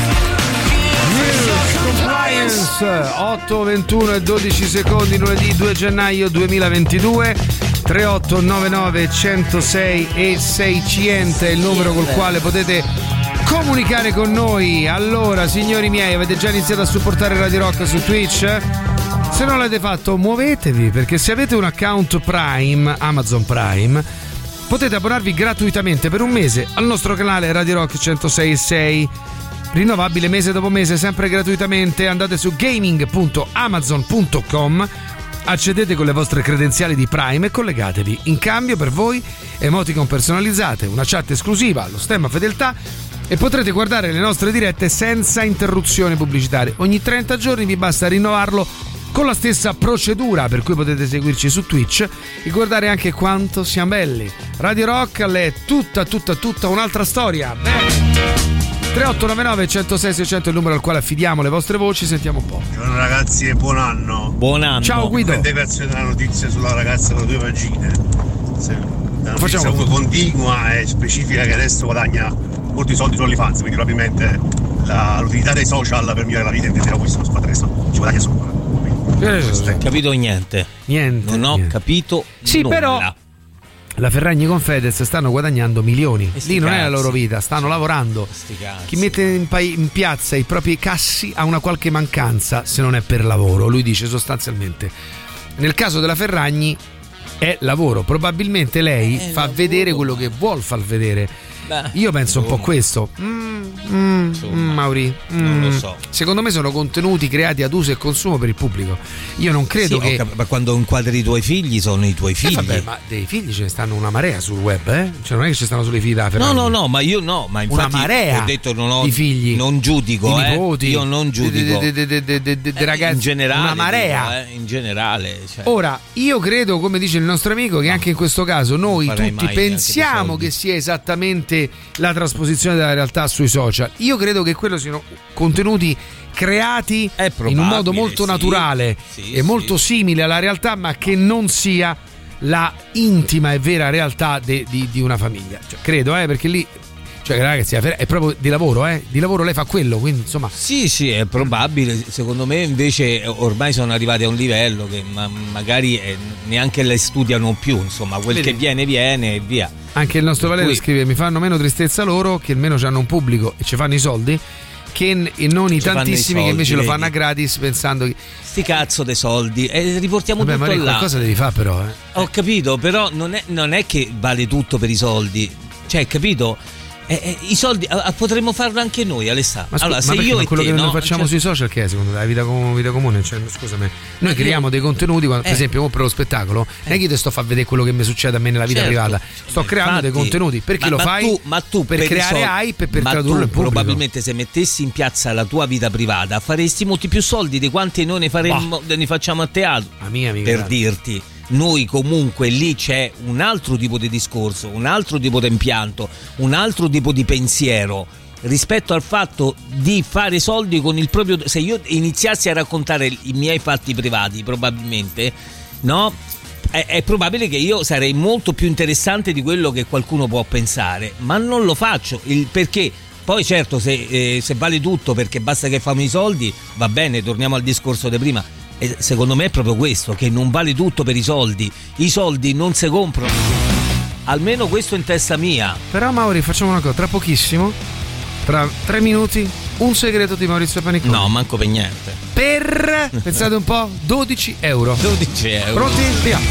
[SPEAKER 10] Give us your compliance.
[SPEAKER 3] otto, ventuno e dodici secondi, lunedì due gennaio duemilaventidue. tre otto nove nove uno zero sei e seicento è il numero col quale potete comunicare con noi. Allora, signori miei, avete già iniziato a supportare Radio Rock su Twitch? Se non l'avete fatto, muovetevi, perché se avete un account Prime, Amazon Prime, potete abbonarvi gratuitamente per un mese al nostro canale Radio Rock centosei e sei, rinnovabile mese dopo mese, sempre gratuitamente. Andate su gaming punto amazon punto com, accedete con le vostre credenziali di Prime e collegatevi. In cambio per voi emoticon personalizzate, una chat esclusiva, lo stemma fedeltà, e potrete guardare le nostre dirette senza interruzioni pubblicitarie. Ogni trenta giorni vi basta rinnovarlo con la stessa procedura, per cui potete seguirci su Twitch e guardare anche quanto siamo belli. Radio Rock è tutta tutta tutta un'altra storia. Beh, tre otto nove nove uno zero sei seicento è il numero al quale affidiamo le vostre voci. Sentiamo un po'.
[SPEAKER 21] Buongiorno ragazzi e buon anno.
[SPEAKER 4] Buon anno.
[SPEAKER 3] Ciao Guido.
[SPEAKER 21] Integrazione della notizia sulla ragazza con le due vagine. Se la notizia
[SPEAKER 3] Facciamo
[SPEAKER 21] continua e specifica che adesso guadagna molti soldi su OnlyFans, quindi probabilmente la, l'utilità dei social per migliorare la vita intenderà questo, non squadra ci guadagna sopra.
[SPEAKER 4] Non ho capito niente.
[SPEAKER 3] Niente.
[SPEAKER 4] Non ho
[SPEAKER 3] niente.
[SPEAKER 4] capito
[SPEAKER 3] Sì,
[SPEAKER 4] nulla.
[SPEAKER 3] però la Ferragni con Fedez stanno guadagnando milioni. Lì non
[SPEAKER 4] cazzi.
[SPEAKER 3] è la loro vita, stanno lavorando. Chi mette in, pa- in piazza i propri cassi ha una qualche mancanza, se non è per lavoro. Lui dice sostanzialmente. Nel caso della Ferragni è lavoro, probabilmente lei
[SPEAKER 4] È
[SPEAKER 3] fa
[SPEAKER 4] lavoro.
[SPEAKER 3] vedere quello che vuol far vedere.
[SPEAKER 4] Beh,
[SPEAKER 3] Io penso un po' questo. Mm, mm, mm, Mauri? Mm,
[SPEAKER 4] Non lo so.
[SPEAKER 3] Secondo me sono contenuti creati ad uso e consumo per il pubblico. Io non credo
[SPEAKER 4] Sì,
[SPEAKER 3] che.
[SPEAKER 4] ho cap- ma quando inquadri i tuoi figli sono i tuoi figli.
[SPEAKER 3] Eh, vabbè, ma dei figli ce ne stanno una marea sul web, eh? Cioè non è che ci stanno solo i figli da Ferrari.
[SPEAKER 4] No, no, no, ma io no, ma infatti
[SPEAKER 3] una marea
[SPEAKER 4] ho detto non ho
[SPEAKER 3] di figli,
[SPEAKER 4] non giudico,
[SPEAKER 3] di
[SPEAKER 4] eh.
[SPEAKER 3] nipoti,
[SPEAKER 4] Io non giudico.
[SPEAKER 3] de, de, de, de, de, de, de
[SPEAKER 4] Eh,
[SPEAKER 3] ragazzi,
[SPEAKER 4] in generale,
[SPEAKER 3] una marea.
[SPEAKER 4] dico, eh, in generale, cioè.
[SPEAKER 3] Ora, io credo, come dice il nostro amico, che anche in questo caso noi
[SPEAKER 4] farai
[SPEAKER 3] tutti
[SPEAKER 4] mai
[SPEAKER 3] pensiamo
[SPEAKER 4] neanche dei
[SPEAKER 3] che sia esattamente la trasposizione della realtà sui social. Io credo che quello siano contenuti creati in un modo molto
[SPEAKER 4] sì.
[SPEAKER 3] naturale
[SPEAKER 4] Sì,
[SPEAKER 3] e
[SPEAKER 4] sì.
[SPEAKER 3] molto simile alla realtà, ma che non sia la intima e vera realtà de, di, di una famiglia. Cioè, credo, eh, perché lì, cioè, ragazzi, è proprio di lavoro, eh? Di lavoro lei fa quello, quindi insomma.
[SPEAKER 4] Sì, sì, è probabile. Secondo me invece ormai sono arrivati a un livello che ma- magari eh, neanche le studiano più, insomma, quel
[SPEAKER 3] Vedi?
[SPEAKER 4] che viene viene e via.
[SPEAKER 3] Anche il nostro
[SPEAKER 4] Per
[SPEAKER 3] Valerio
[SPEAKER 4] cui-
[SPEAKER 3] scrive: mi fanno meno tristezza loro che almeno hanno un pubblico e ci fanno i soldi, che n- e non i
[SPEAKER 4] Ci fanno i
[SPEAKER 3] tantissimi che
[SPEAKER 4] soldi,
[SPEAKER 3] invece lo
[SPEAKER 4] vedi?
[SPEAKER 3] fanno a gratis pensando che.
[SPEAKER 4] Sti cazzo dei soldi e riportiamo
[SPEAKER 3] Vabbè,
[SPEAKER 4] tutto
[SPEAKER 3] Maria,
[SPEAKER 4] là.
[SPEAKER 3] qualcosa devi fare però, eh.
[SPEAKER 4] Ho capito, però non è, non è che vale tutto per i soldi. Cioè, capito? Eh, eh, I soldi eh, potremmo farlo anche noi, Alessandro.
[SPEAKER 3] Ma, scu-
[SPEAKER 4] allora,
[SPEAKER 3] ma
[SPEAKER 4] se
[SPEAKER 3] perché
[SPEAKER 4] io
[SPEAKER 3] ma
[SPEAKER 4] e
[SPEAKER 3] quello
[SPEAKER 4] te,
[SPEAKER 3] che noi
[SPEAKER 4] no?
[SPEAKER 3] facciamo
[SPEAKER 4] Cioè-
[SPEAKER 3] sui social che è secondo te la vita, com- vita comune? Cioè, scusami, noi creiamo dei contenuti quando, per
[SPEAKER 4] Eh.
[SPEAKER 3] esempio mo per lo spettacolo, non è che io ti sto a far vedere quello che mi succede a me nella vita
[SPEAKER 4] Certo.
[SPEAKER 3] privata, sto creando
[SPEAKER 4] Infatti,
[SPEAKER 3] dei contenuti. Perché
[SPEAKER 4] ma-
[SPEAKER 3] lo
[SPEAKER 4] ma
[SPEAKER 3] fai?
[SPEAKER 4] tu, ma tu
[SPEAKER 3] per,
[SPEAKER 4] i
[SPEAKER 3] creare
[SPEAKER 4] soldi-
[SPEAKER 3] hype e per
[SPEAKER 4] ma
[SPEAKER 3] tradurlo
[SPEAKER 4] tu
[SPEAKER 3] in pubblico.
[SPEAKER 4] probabilmente se mettessi in piazza la tua vita privata faresti molti più soldi di quanti noi ne faremmo, ne facciamo a teatro.
[SPEAKER 3] A mia amica,
[SPEAKER 4] per
[SPEAKER 3] guarda.
[SPEAKER 4] dirti. Noi comunque lì c'è un altro tipo di discorso, un altro tipo di impianto, un altro tipo di pensiero rispetto al fatto di fare soldi con il proprio. Se io iniziassi a raccontare i miei fatti privati, probabilmente, no? È, è probabile che io sarei molto più interessante di quello che qualcuno può pensare, ma non lo faccio. Il perché? Poi certo, se, eh, se vale tutto perché basta che fammi i soldi, va bene, torniamo al discorso di prima. E secondo me è proprio questo, che non vale tutto per i soldi. I soldi non si comprano. Almeno questo in testa mia.
[SPEAKER 3] Però Mauri, facciamo una cosa, tra pochissimo, tra tre minuti, un segreto di Maurizio Paniconi.
[SPEAKER 4] No, manco per niente.
[SPEAKER 3] Per, pensate un po', dodici euro.
[SPEAKER 4] dodici euro.
[SPEAKER 3] Pronti? Via.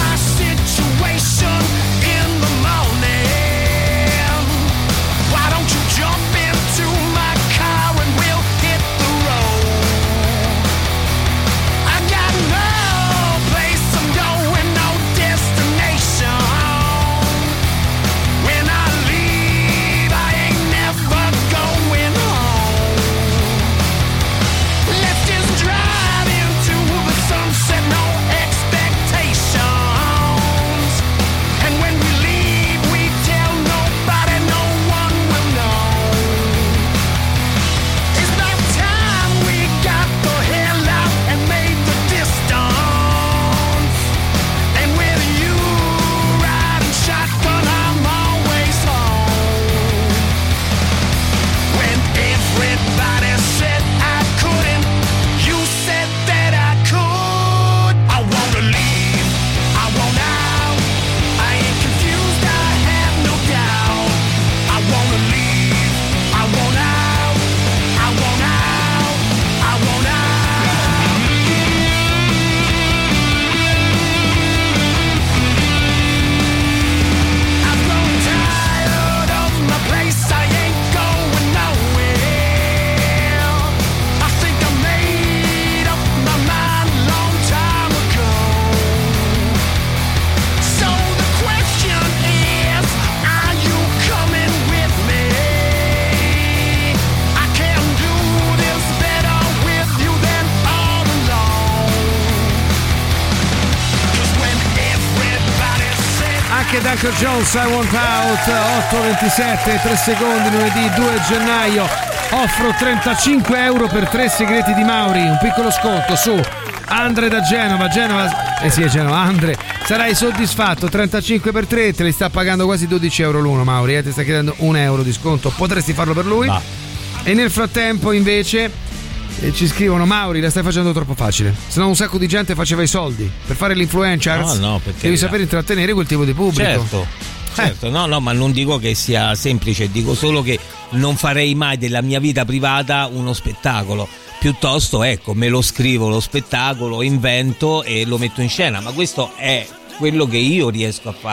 [SPEAKER 3] Anche Duncan Jones, I Want Out, otto e ventisette, tre secondi, lunedì due gennaio. Offro trentacinque euro per tre segreti di Mauri, un piccolo sconto su Andre da Genova. Genova, eh sì, è Genova. Andre, sarai soddisfatto? trentacinque per tre, te li sta pagando quasi dodici euro l'uno, Mauri, eh? Ti sta chiedendo un euro di sconto, potresti farlo per lui?
[SPEAKER 4] Va.
[SPEAKER 3] E nel frattempo, invece, eh, ci scrivono: Mauri, la stai facendo troppo facile. Se no, un sacco di gente faceva i soldi per fare l'influencer.
[SPEAKER 4] No, no, perché
[SPEAKER 3] devi
[SPEAKER 4] là.
[SPEAKER 3] sapere intrattenere quel tipo di pubblico.
[SPEAKER 4] Certo, certo, no, no, ma non dico che sia semplice, dico solo che non farei mai della mia vita privata uno spettacolo. Piuttosto, ecco, me lo scrivo lo spettacolo, invento e lo metto in scena, ma questo è quello che io riesco a fare.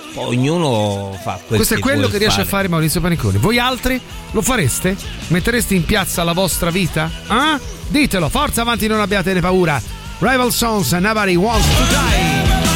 [SPEAKER 4] Ognuno fa quel
[SPEAKER 3] Questo
[SPEAKER 4] che
[SPEAKER 3] è quello
[SPEAKER 4] vuole
[SPEAKER 3] che riesce
[SPEAKER 4] fare.
[SPEAKER 3] a fare Maurizio Paniconi. Voi altri lo fareste? Mettereste in piazza la vostra vita? Ah? Ditelo, forza avanti, non abbiate paura. Rival Sons, Nobody Wants to Die.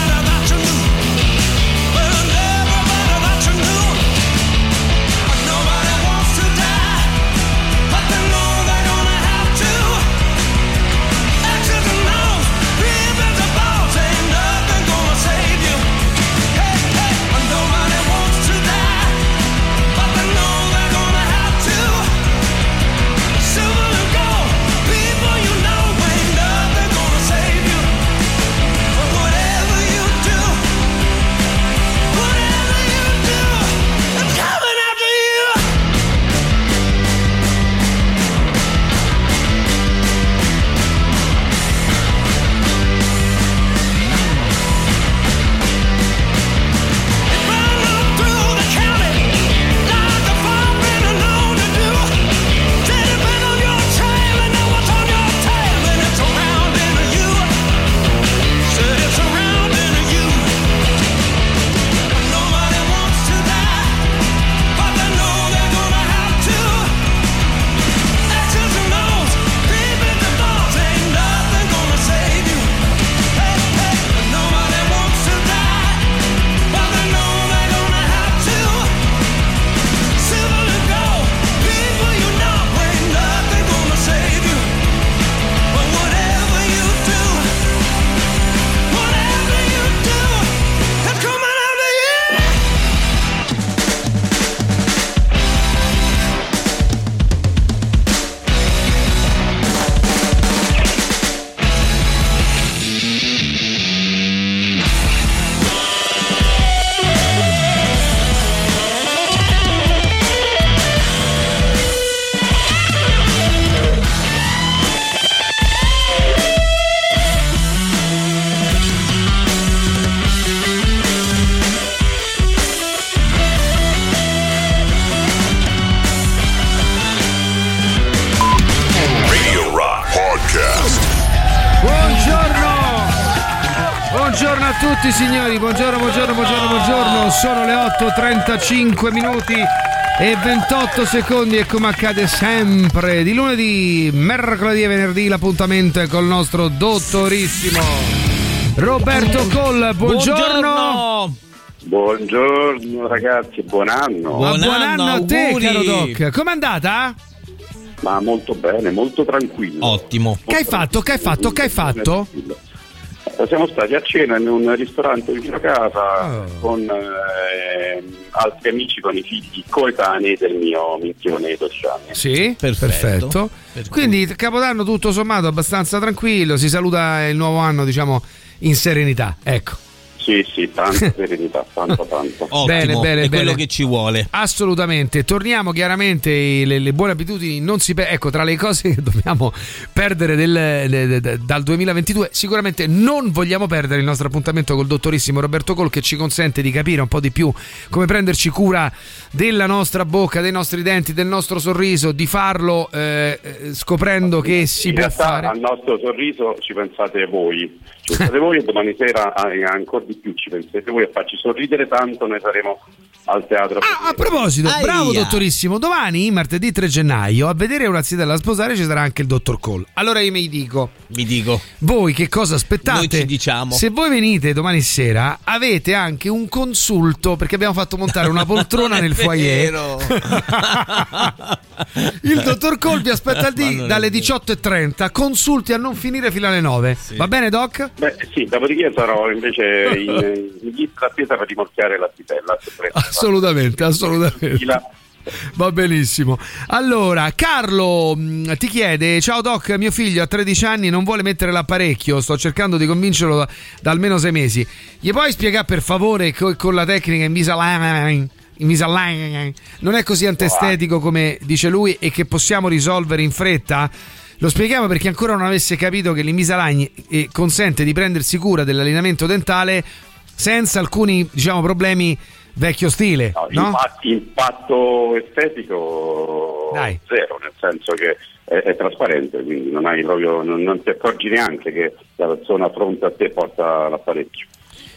[SPEAKER 3] Buongiorno a tutti signori, buongiorno, buongiorno, buongiorno, buongiorno. Sono le otto e trentacinque minuti e ventotto secondi e come accade sempre di lunedì, mercoledì e venerdì l'appuntamento è col nostro dottorissimo Roberto Coll. Buongiorno.
[SPEAKER 5] Buongiorno ragazzi, buon anno.
[SPEAKER 3] Buon, buon anno, anno a te,
[SPEAKER 4] auguri.
[SPEAKER 3] Caro Doc. Com'è andata?
[SPEAKER 5] Ma molto bene, molto tranquillo.
[SPEAKER 4] Ottimo.
[SPEAKER 3] Che hai fatto? Che hai fatto? Che hai fatto?
[SPEAKER 5] Siamo stati a cena in un ristorante vicino a casa oh. con eh, altri amici, con i figli coetanei del mio minchione di dodici anni.
[SPEAKER 3] Sì, perfetto. perfetto. Quindi Capodanno tutto sommato abbastanza tranquillo, si saluta il nuovo anno, diciamo, in serenità, ecco.
[SPEAKER 5] Sì, sì, tanta serenità, tanto, tanto.
[SPEAKER 4] Ottimo,
[SPEAKER 3] bene, bene,
[SPEAKER 4] è
[SPEAKER 3] bene.
[SPEAKER 4] quello che ci vuole.
[SPEAKER 3] Assolutamente. Torniamo chiaramente, le, le buone abitudini non si per- ecco, tra le cose che dobbiamo perdere del, de, de, de, dal duemilaventidue, sicuramente non vogliamo perdere il nostro appuntamento col dottorissimo Roberto Coll, che ci consente di capire un po' di più come prenderci cura della nostra bocca, dei nostri denti, del nostro sorriso, di farlo eh, scoprendo che si
[SPEAKER 5] in
[SPEAKER 3] può
[SPEAKER 5] realtà
[SPEAKER 3] fare.
[SPEAKER 5] Al nostro sorriso ci pensate voi, ci pensate voi e domani sera ancora di più ci pensate voi a farci sorridere tanto, noi saremo al teatro.
[SPEAKER 3] Ah, a proposito,
[SPEAKER 4] Aia.
[SPEAKER 3] bravo dottorissimo, domani martedì tre gennaio a vedere Una zitella da sposare ci sarà anche il dottor Coll. Allora io mi dico,
[SPEAKER 4] Vi dico,
[SPEAKER 3] voi che cosa aspettate?
[SPEAKER 4] Noi ci diciamo.
[SPEAKER 3] Se voi venite domani sera avete anche un consulto, perché abbiamo fatto montare una poltrona nel foyer. Il dottor Coll vi aspetta lì dalle diciotto e trenta, consulti a non finire fino alle nove. Sì. Va bene, Doc?
[SPEAKER 5] Beh sì, dopodiché sarò invece in, in lista attesa per rimorchiare la zitella.
[SPEAKER 3] Assolutamente, assolutamente. Va benissimo. Allora, Carlo mh, ti chiede: ciao Doc, mio figlio ha tredici anni e non vuole mettere l'apparecchio. Sto cercando di convincerlo da, da almeno sei mesi. Gli puoi spiegare per favore co- con la tecnica Invisalign? Invisalign non è così antestetico come dice lui e che possiamo risolvere in fretta? Lo spieghiamo perché ancora non avesse capito che l'Invisalign eh, consente di prendersi cura dell'allineamento dentale senza alcuni, diciamo, problemi vecchio stile,
[SPEAKER 5] no?
[SPEAKER 3] no?
[SPEAKER 5] Impatto, impatto estetico
[SPEAKER 3] Dai.
[SPEAKER 5] zero, nel senso che è, è trasparente, quindi non hai proprio, non, non ti accorgi neanche che la persona fronte a te porta l'apparecchio.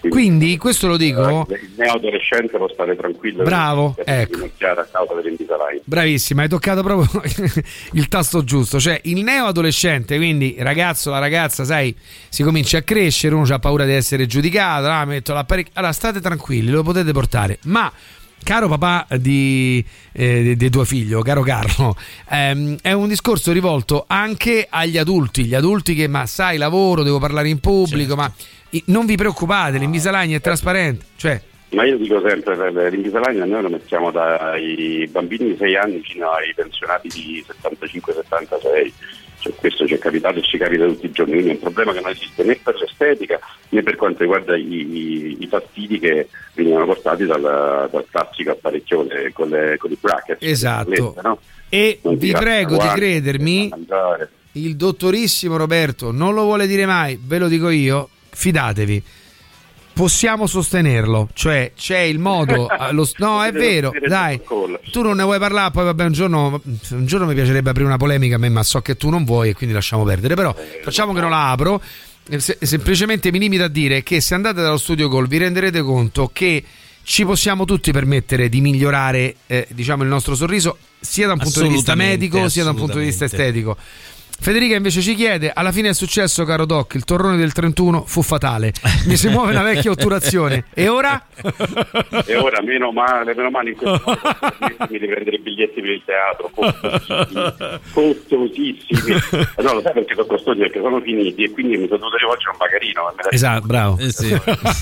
[SPEAKER 3] Quindi questo lo dico.
[SPEAKER 5] Il neoadolescente può stare tranquillo.
[SPEAKER 3] Bravo, ecco.
[SPEAKER 5] Iniziare a causa dell'Invisalign.
[SPEAKER 3] Bravissima, hai toccato proprio il tasto giusto. Cioè, il neoadolescente, quindi il ragazzo, la ragazza, sai, si comincia a crescere, uno ha paura di essere giudicato, ah, metto l'apparecchio. Allora, state tranquilli, lo potete portare. Ma caro papà di, eh, di tuo figlio, caro Carlo, ehm, è un discorso rivolto anche agli adulti, gli adulti che, ma sai, lavoro, devo parlare in pubblico, certo. Ma i, non vi preoccupate, l'Invisalign è trasparente, cioè.
[SPEAKER 5] Ma io dico sempre, l'Invisalign noi lo mettiamo dai bambini di sei anni fino ai pensionati di settantacinque settantasei. Cioè, questo ci è capitato e ci capita tutti i giorni, quindi è un problema che non esiste né per l'estetica né per quanto riguarda i, i, i fastidi che venivano portati dal, dal classico apparecchio con, le, con, le, con i bracket.
[SPEAKER 3] Esatto,
[SPEAKER 5] lente, no?
[SPEAKER 3] E non vi prego di credermi, il dottorissimo Roberto non lo vuole dire mai, ve lo dico io, fidatevi. Possiamo sostenerlo, cioè c'è il modo, lo, no è vero, dai, tu non ne vuoi parlare, poi vabbè un giorno, un giorno mi piacerebbe aprire una polemica a me, ma so che tu non vuoi e quindi lasciamo perdere, però facciamo che non la apro, se, semplicemente mi limito a dire che se andate dallo Studio Call vi renderete conto che ci possiamo tutti permettere di migliorare eh, diciamo il nostro sorriso sia da un punto di vista medico sia da un punto di vista estetico. Federica invece ci chiede: alla fine è successo, caro Doc, il torrone del trentuno fu fatale, mi si muove una vecchia otturazione e ora?
[SPEAKER 5] E ora meno male, meno male in questo momento mi devi prendere i biglietti per il teatro costosissimi, costosissimi. No, lo sai perché sono costosi? Perché sono finiti e quindi mi sono dovuto rivolgere un bagarino.
[SPEAKER 3] Esatto, bravo.
[SPEAKER 4] Eh sì.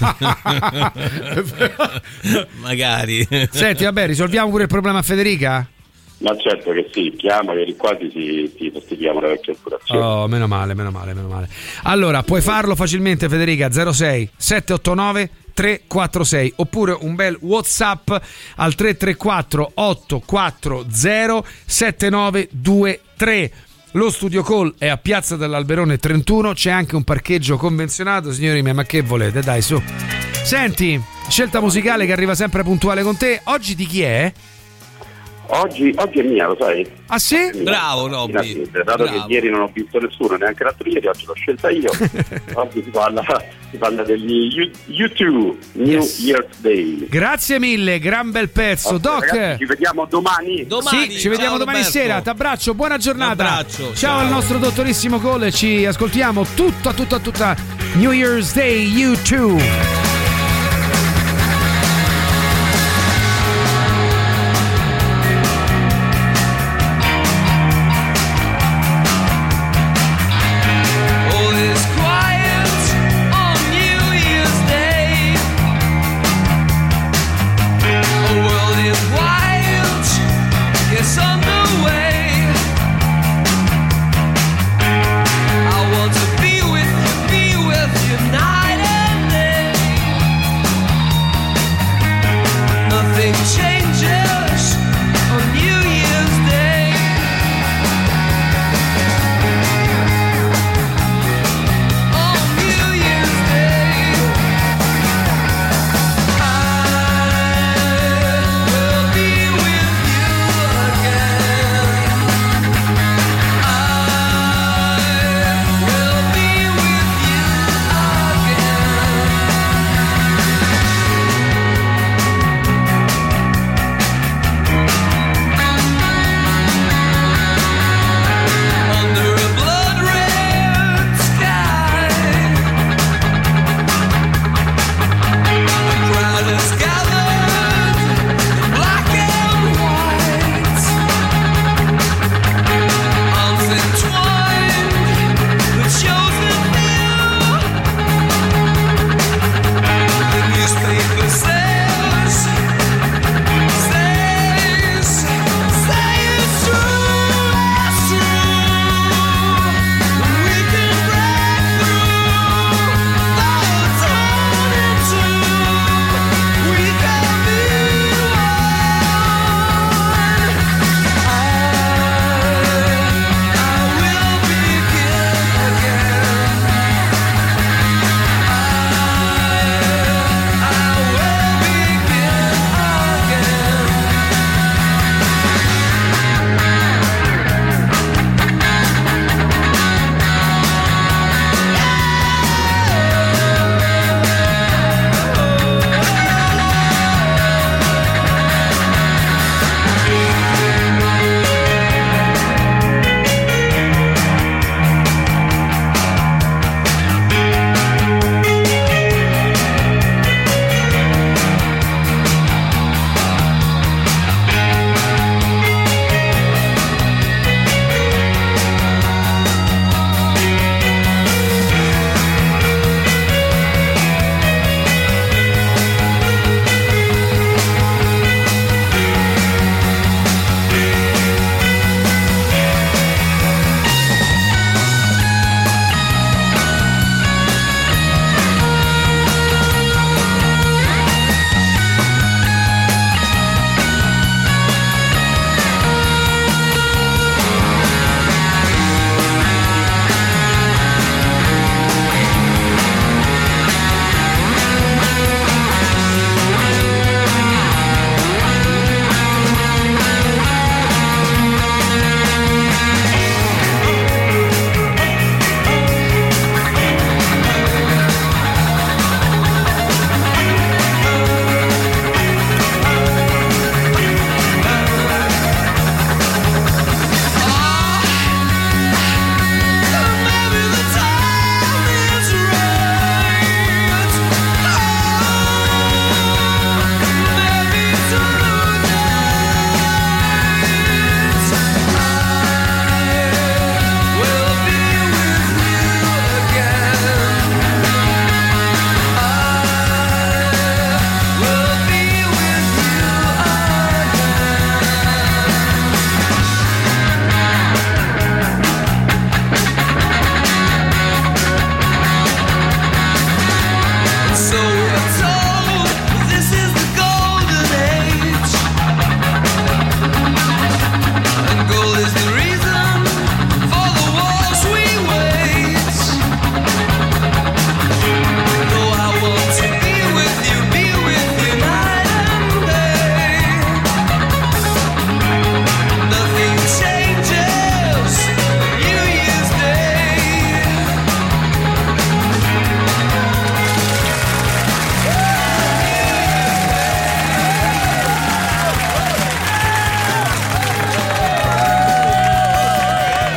[SPEAKER 4] Magari.
[SPEAKER 3] Senti, vabbè, risolviamo pure il problema a Federica?
[SPEAKER 5] Ma certo che sì, chiama che quasi si, si sostituiamo la vecchia otturazione.
[SPEAKER 3] Oh, meno male, meno male, meno male. Allora, puoi farlo facilmente, Federica, zero sei sette otto nove tre quattro sei oppure un bel WhatsApp al tre tre quattro otto quattro zero sette nove due tre. Lo Studio Call è a Piazza dell'Alberone trentuno, c'è anche un parcheggio convenzionato, signori miei, ma che volete? Dai, su. Senti, scelta musicale che arriva sempre puntuale con te. Oggi di chi è?
[SPEAKER 5] Oggi, oggi è mia, lo sai?
[SPEAKER 3] Ah sì?
[SPEAKER 4] Bravo Robby.
[SPEAKER 5] Dato
[SPEAKER 4] Bravo.
[SPEAKER 5] che ieri non ho visto nessuno, neanche l'altro ieri, oggi l'ho scelta io. Oggi si parla, si parla degli U due, New yes. Year's Day.
[SPEAKER 3] Grazie mille, gran bel pezzo.
[SPEAKER 5] Okay,
[SPEAKER 3] Doc,
[SPEAKER 5] ragazzi, ci vediamo domani.
[SPEAKER 3] Domani, sì, ci vediamo domani
[SPEAKER 4] Roberto.
[SPEAKER 3] sera. T'abbraccio, buona giornata.
[SPEAKER 4] Abbraccio,
[SPEAKER 3] ciao,
[SPEAKER 4] ciao
[SPEAKER 3] al nostro dottorissimo Cole. Ci ascoltiamo tutta, tutta, tutta New Year's Day U due.
[SPEAKER 10] I want to be with you, be with you night and day.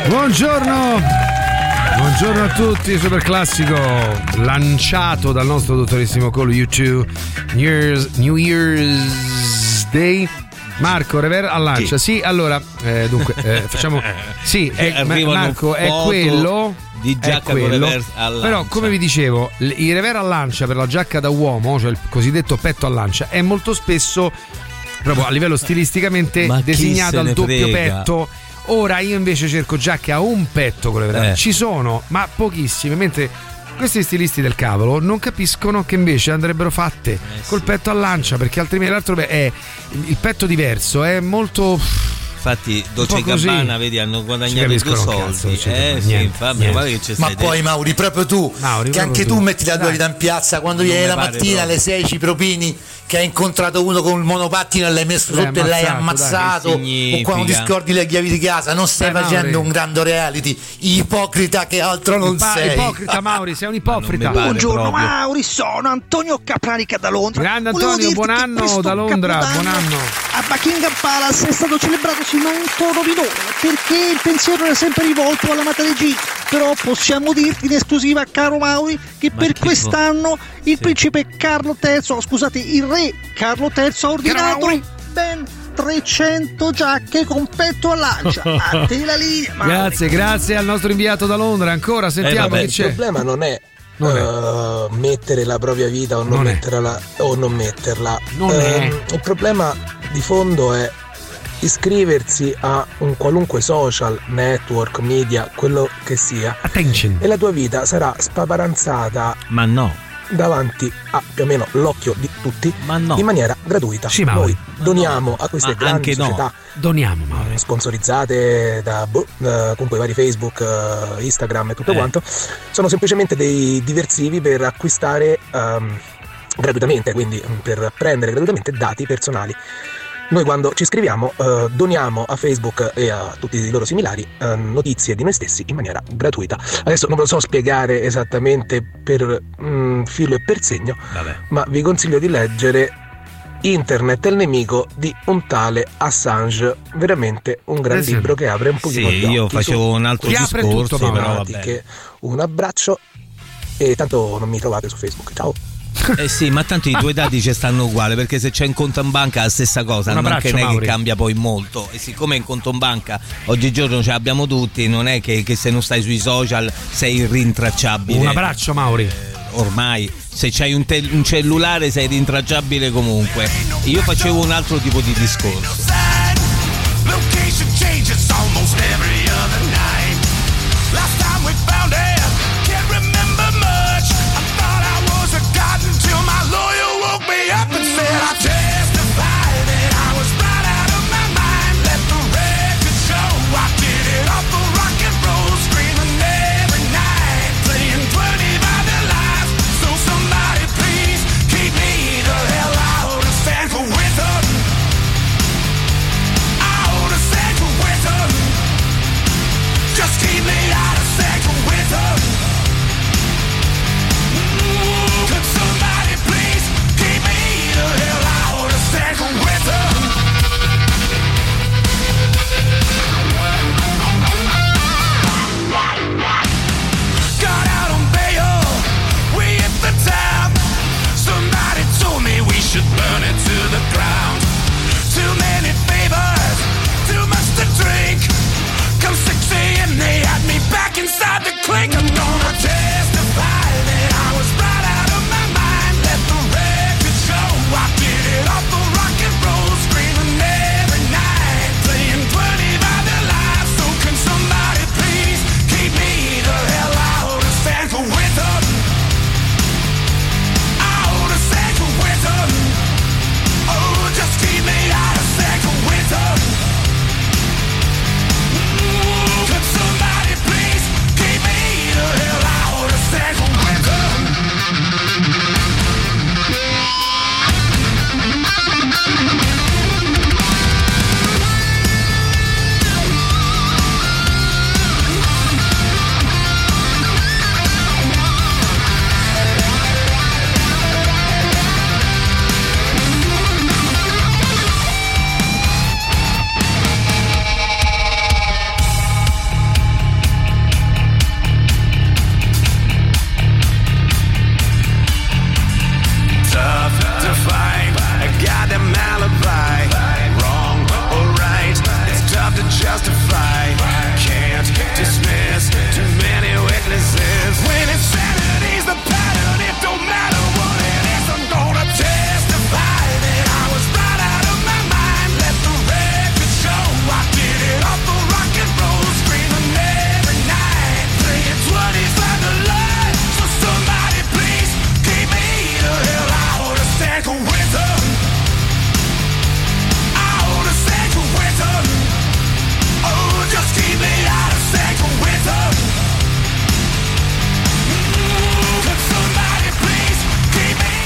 [SPEAKER 3] Buongiorno, buongiorno a tutti, super classico lanciato dal nostro dottorissimo Call U due New Year's, New Year's Day. Marco, rever a lancia. Sì, sì allora, eh, dunque, eh, facciamo. Sì, è, Marco, è quello.
[SPEAKER 4] Di giacca con rever a lancia.
[SPEAKER 3] Però, come vi dicevo, il rever a lancia per la giacca da uomo, cioè il cosiddetto petto a lancia, è molto spesso proprio a livello stilisticamente
[SPEAKER 4] Ma
[SPEAKER 3] designato al doppio
[SPEAKER 4] frega?
[SPEAKER 3] petto. Ora io invece cerco giacche a un petto con le rever.
[SPEAKER 4] Eh.
[SPEAKER 3] Ci sono, ma pochissime, mentre questi stilisti del cavolo non capiscono che invece andrebbero fatte eh, col sì. petto a lancia, perché altrimenti l'altro è il petto diverso, è molto.
[SPEAKER 4] Infatti Dolce Gabbana, vedi, hanno guadagnato due soldi.
[SPEAKER 3] Cazzo,
[SPEAKER 4] eh sì, infatti, guarda che c'è
[SPEAKER 7] ma poi Mauri, proprio tu,
[SPEAKER 3] Mauri,
[SPEAKER 7] che
[SPEAKER 3] proprio
[SPEAKER 7] anche tu, tu metti la dualità in piazza, quando
[SPEAKER 4] non
[SPEAKER 7] ieri la mattina alle sei ci propini che hai incontrato uno con il monopattino e l'hai messo
[SPEAKER 3] l'hai
[SPEAKER 7] sotto e l'hai ammazzato, o quando ti scordi le chiavi di casa. Non stai
[SPEAKER 3] Dai,
[SPEAKER 7] facendo
[SPEAKER 3] Mauri.
[SPEAKER 7] un grande reality, ipocrita che altro non
[SPEAKER 3] Ipa-
[SPEAKER 7] sei.
[SPEAKER 3] Ipocrita Mauri, sei un ipocrita.
[SPEAKER 22] Buongiorno Mauri, sono Antonio Capranica da Londra.
[SPEAKER 3] Grande
[SPEAKER 22] Volevo
[SPEAKER 3] Antonio,
[SPEAKER 22] dirti
[SPEAKER 3] buon
[SPEAKER 22] che
[SPEAKER 3] anno
[SPEAKER 22] questo
[SPEAKER 3] da Londra,
[SPEAKER 22] Capodanno
[SPEAKER 3] buon anno.
[SPEAKER 22] A Buckingham Palace è stato celebrato sino a un tono minore, perché il pensiero era sempre rivolto alla Madre Regina. Però possiamo dirti in esclusiva, caro Mauri, che
[SPEAKER 4] Ma
[SPEAKER 22] per
[SPEAKER 4] che
[SPEAKER 22] quest'anno il
[SPEAKER 4] sì.
[SPEAKER 22] principe Carlo terzo, scusate, il re Carlo terzo ha ordinato ben trecento giacche con petto a lancia. A te la linea, Mauri.
[SPEAKER 3] Grazie, grazie al nostro inviato da Londra. Ancora sentiamo
[SPEAKER 4] Eh, vabbè,
[SPEAKER 3] che c'è.
[SPEAKER 23] Il problema non è,
[SPEAKER 3] Non è.
[SPEAKER 23] uh, mettere la propria vita o non,
[SPEAKER 3] Non è.
[SPEAKER 23] metterla o non metterla.
[SPEAKER 3] Non
[SPEAKER 23] Ehm,
[SPEAKER 3] è.
[SPEAKER 23] Il problema di fondo è iscriversi a un qualunque social, network, media, quello che sia,
[SPEAKER 3] Attention.
[SPEAKER 23] e la tua vita sarà spaparanzata
[SPEAKER 4] Ma no.
[SPEAKER 23] davanti a più o meno l'occhio di tutti,
[SPEAKER 4] Ma no.
[SPEAKER 23] in maniera gratuita.
[SPEAKER 3] Sì, Mauri.
[SPEAKER 23] Noi doniamo a queste
[SPEAKER 4] Ma
[SPEAKER 23] grandi
[SPEAKER 4] anche no.
[SPEAKER 23] società
[SPEAKER 3] Doniamo, Mauri.
[SPEAKER 23] sponsorizzate da boh, eh, comunque i vari Facebook, eh, Instagram e tutto
[SPEAKER 4] Eh.
[SPEAKER 23] quanto, sono semplicemente dei diversivi per acquistare ehm, gratuitamente, quindi mm, per prendere gratuitamente dati personali. Noi quando ci iscriviamo eh, doniamo a Facebook e a tutti i loro similari eh, notizie di noi stessi in maniera gratuita. Adesso non ve lo so spiegare esattamente per mm, filo e per segno,
[SPEAKER 4] Vabbè.
[SPEAKER 23] ma vi consiglio di leggere Internet è il nemico di un tale Assange, veramente un gran
[SPEAKER 3] Eh sì.
[SPEAKER 23] libro che apre un pochino
[SPEAKER 4] Sì,
[SPEAKER 23] gli occhi
[SPEAKER 4] io facevo
[SPEAKER 23] su
[SPEAKER 4] un altro
[SPEAKER 3] Ti apre
[SPEAKER 4] discorso,
[SPEAKER 3] tutto,
[SPEAKER 4] però
[SPEAKER 23] tematiche.
[SPEAKER 4] vabbè.
[SPEAKER 23] Un abbraccio e tanto non mi trovate su Facebook, ciao.
[SPEAKER 4] Eh sì, ma tanto i tuoi dati ci stanno uguali, perché se c'è in conto in banca è la stessa cosa,
[SPEAKER 3] Un
[SPEAKER 4] non
[SPEAKER 3] abbraccio,
[SPEAKER 4] che ne è
[SPEAKER 3] Mauri.
[SPEAKER 4] che cambia poi molto. E siccome in conto in banca oggigiorno ce l'abbiamo tutti, non è che, che se non stai sui social sei irrintracciabile.
[SPEAKER 3] Un abbraccio, Mauri.
[SPEAKER 4] Ormai se c'hai un, tel- un cellulare sei rintracciabile comunque. Io facevo un altro tipo di discorso.
[SPEAKER 10] Location changes almost every other night. Last time we found it, can't remember much. I thought I was a god until my lawyer woke me up and said I testify that I was right out of my mind. Let the record show I did it off the rock and roll, screaming every night, playing twenty by the lights. So somebody please keep me the hell out of San Quentin. Out of San Quentin. Just keep me out of San Quentin. Ooh, could somebody please keep me the hell out of San Quentin? Got out on bail, we hit the town. Somebody told me we should burn it to the ground. Too many favors, too much to drink. Come six a.m. they had me back inside the clink. I'm gonna testify that I was right out of my mind. Let the record show I did it off the rock and roll, screaming every night, playing twenty by the lights. So can somebody please keep me the hell out of San Quentin? Out of San Quentin. Oh, just keep me out of San Quentin. Ooh, could somebody please keep me the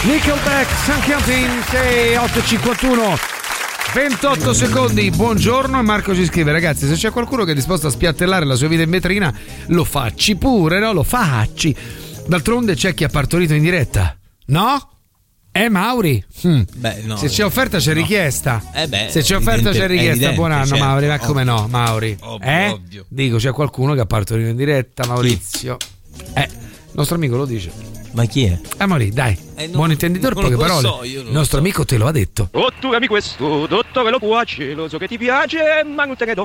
[SPEAKER 3] Nickelback, San Quentin, sei otto e cinquantuno, ventotto secondi. Buongiorno, e Marco ci scrive: ragazzi, se c'è qualcuno che è disposto a spiattellare la sua vita in vetrina, lo facci pure, no? Lo facci. D'altronde c'è chi ha partorito in diretta, no? Eh, Mauri? Hm.
[SPEAKER 4] Beh, no,
[SPEAKER 3] se c'è offerta c'è
[SPEAKER 4] no.
[SPEAKER 3] richiesta.
[SPEAKER 4] Eh beh,
[SPEAKER 3] se c'è offerta c'è richiesta.
[SPEAKER 4] evidente,
[SPEAKER 3] Buon anno,
[SPEAKER 4] certo,
[SPEAKER 3] Mauri. Ma come
[SPEAKER 4] ovvio,
[SPEAKER 3] no, Mauri?
[SPEAKER 4] Ovvio,
[SPEAKER 3] eh?
[SPEAKER 4] ovvio.
[SPEAKER 3] Dico, c'è qualcuno che ha partorito in diretta, Maurizio. Eh, il nostro amico lo dice.
[SPEAKER 4] Ma chi è?
[SPEAKER 3] Eh, Mauri, dai.
[SPEAKER 4] Eh, non,
[SPEAKER 3] Buon intenditore,
[SPEAKER 4] non
[SPEAKER 3] poche
[SPEAKER 4] lo
[SPEAKER 3] parole.
[SPEAKER 4] so, io non
[SPEAKER 3] il nostro
[SPEAKER 4] lo so.
[SPEAKER 3] amico te lo ha detto.
[SPEAKER 8] Oh, tu ami questo, tutto che lo piace, lo so che ti piace, ma non te ne do.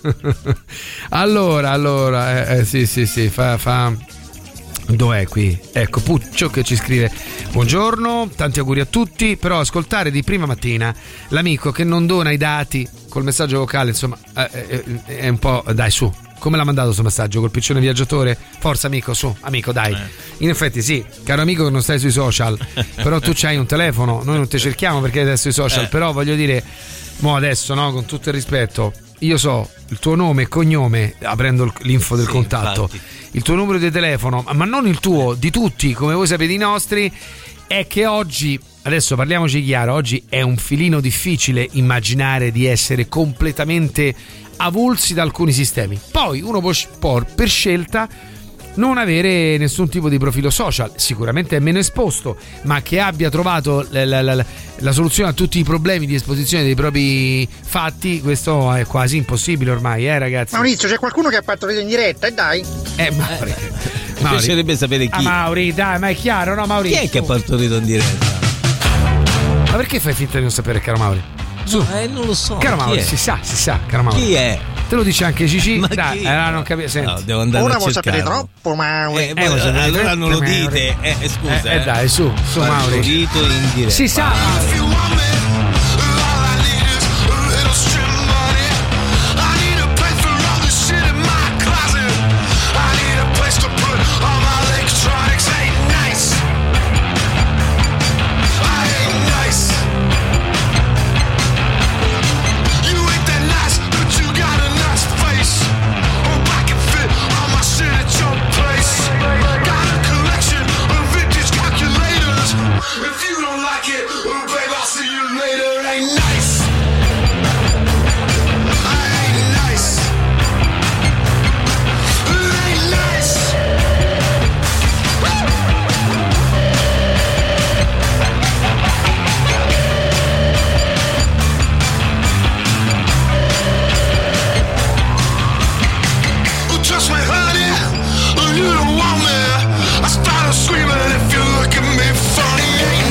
[SPEAKER 3] allora, allora, eh, eh, sì, sì, sì, fa, fa. Dov'è qui? Ecco, Puccio che ci scrive: buongiorno, tanti auguri a tutti, però ascoltare di prima mattina l'amico che non dona i dati col messaggio vocale, insomma, eh, eh, è un po'. Dai, su. Come l'ha mandato questo messaggio? Col piccione viaggiatore? Forza amico, su, amico, dai. Eh. In effetti sì, caro amico che non stai sui social, però tu c'hai un telefono, noi non ti cerchiamo perché stai sui social, eh. però voglio dire, mo adesso, no, con tutto il rispetto, io so il tuo nome e cognome, aprendo l'info del sì, contatto, infatti. Il tuo numero di telefono, ma non il tuo, di tutti, come voi sapete i nostri, è che oggi, adesso parliamoci chiaro, oggi è un filino difficile immaginare di essere completamente avulsi da alcuni sistemi. Poi uno può per scelta non avere nessun tipo di profilo social, sicuramente è meno esposto, ma che abbia trovato la, la, la, la soluzione a tutti i problemi di esposizione dei propri fatti, questo è quasi impossibile ormai, eh ragazzi.
[SPEAKER 22] Maurizio, c'è qualcuno che ha partorito in diretta, e eh, dai.
[SPEAKER 3] Eh, Mauri.
[SPEAKER 4] Mi piacerebbe sapere chi.
[SPEAKER 3] Ah, Mauri, dai, ma è chiaro, no, Mauri?
[SPEAKER 4] Chi è che ha partorito in diretta?
[SPEAKER 3] Ma perché fai finta di non sapere, caro Mauri? Su.
[SPEAKER 4] No, eh, non lo so.
[SPEAKER 3] Caro Mauri, si sa, si sa, caro Mauri.
[SPEAKER 4] Chi è?
[SPEAKER 3] Te lo dice anche Cici?
[SPEAKER 4] Ma
[SPEAKER 3] dai,
[SPEAKER 4] chi?
[SPEAKER 3] Eh, non capisco. Senti.
[SPEAKER 4] No, devo andare
[SPEAKER 22] Ora
[SPEAKER 4] a
[SPEAKER 22] vuoi sapere
[SPEAKER 4] cercarlo.
[SPEAKER 22] troppo, Mauri.
[SPEAKER 4] Eh, eh, eh, allora, allora non lo dite. Eh, scusa.
[SPEAKER 3] Eh, eh, dai, su, su Mauri.
[SPEAKER 4] Partorito in diretta.
[SPEAKER 3] Si sa.
[SPEAKER 10] If you don't like it, well, babe, I'll see you later. Ain't nice. I ain't nice. It ain't nice. Well, trust me, honey, you don't want me. I started screaming if you look at me funny.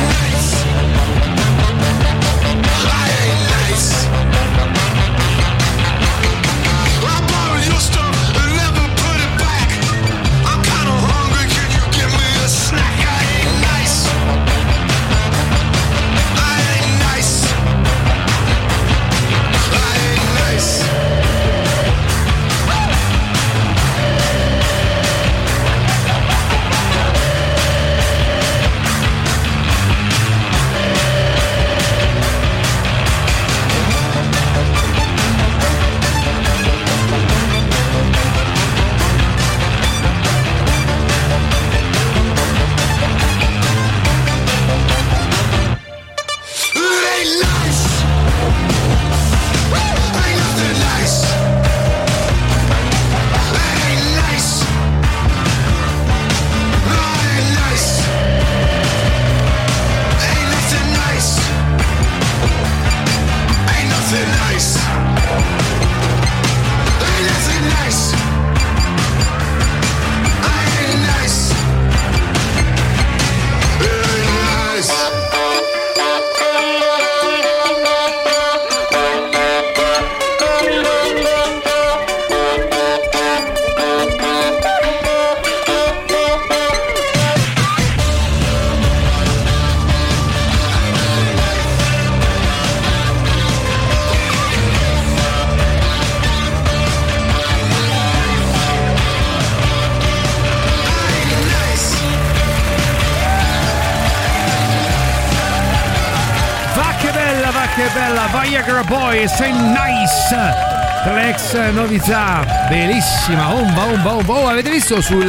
[SPEAKER 3] Che bella Viagra Boy, sei nice, tra le ex novità, bellissima, omba omba omba. Oh, avete visto sul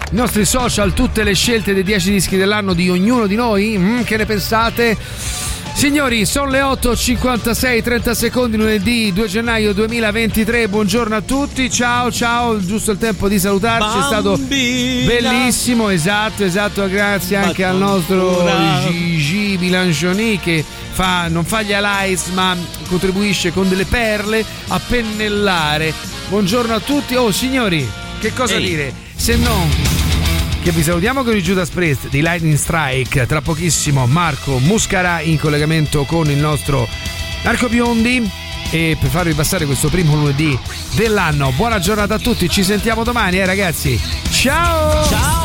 [SPEAKER 3] i nostri social, tutte le scelte dei dieci dischi dell'anno di ognuno di noi. Mm, che ne pensate? Signori, sono le otto e cinquantasei, trenta secondi, lunedì due gennaio duemilaventitré. Buongiorno a tutti, ciao ciao, giusto il tempo di salutarci. Bambina. È stato bellissimo, esatto, esatto, grazie anche al nostro Gigi Bilancioni che fa, non fa gli highlights ma contribuisce con delle perle a pennellare. Buongiorno a tutti. Oh signori, che cosa Ehi. dire se non che vi salutiamo con i Judas Priest di Lightning Strike. Tra pochissimo Marco Muscarà in collegamento con il nostro Marco Biondi, e per farvi passare questo primo lunedì dell'anno buona giornata a tutti, ci sentiamo domani eh ragazzi, ciao
[SPEAKER 10] ciao.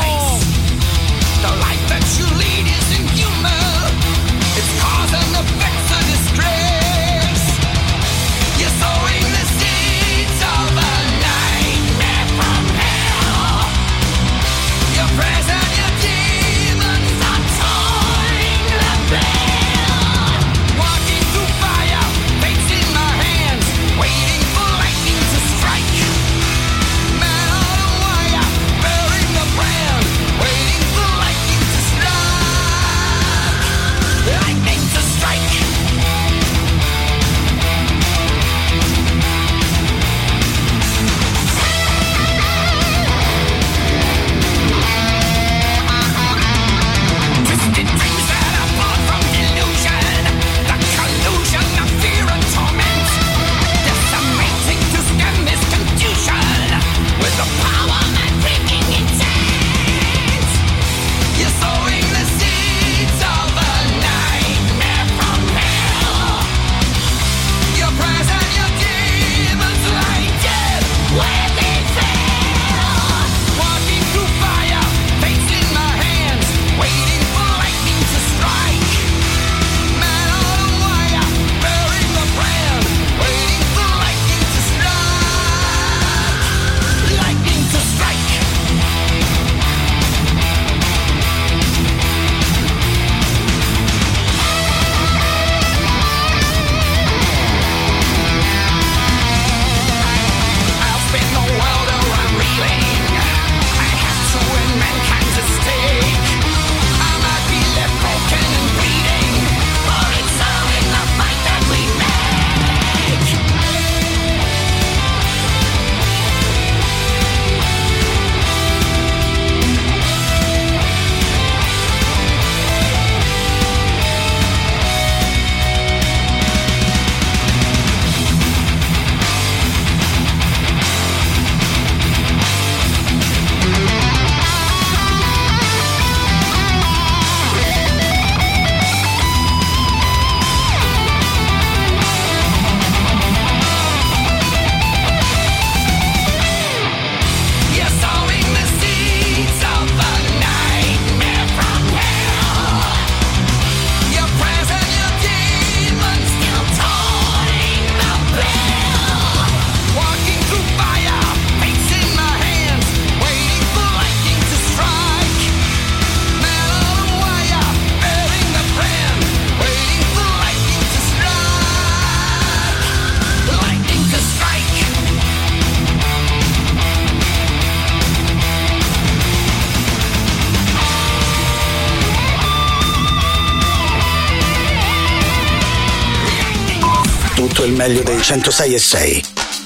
[SPEAKER 1] Il meglio dei centosei e sei.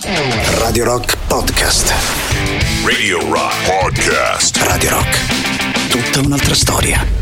[SPEAKER 1] Radio Rock Podcast.
[SPEAKER 2] Radio Rock Podcast.
[SPEAKER 1] Radio Rock. Tutta un'altra storia.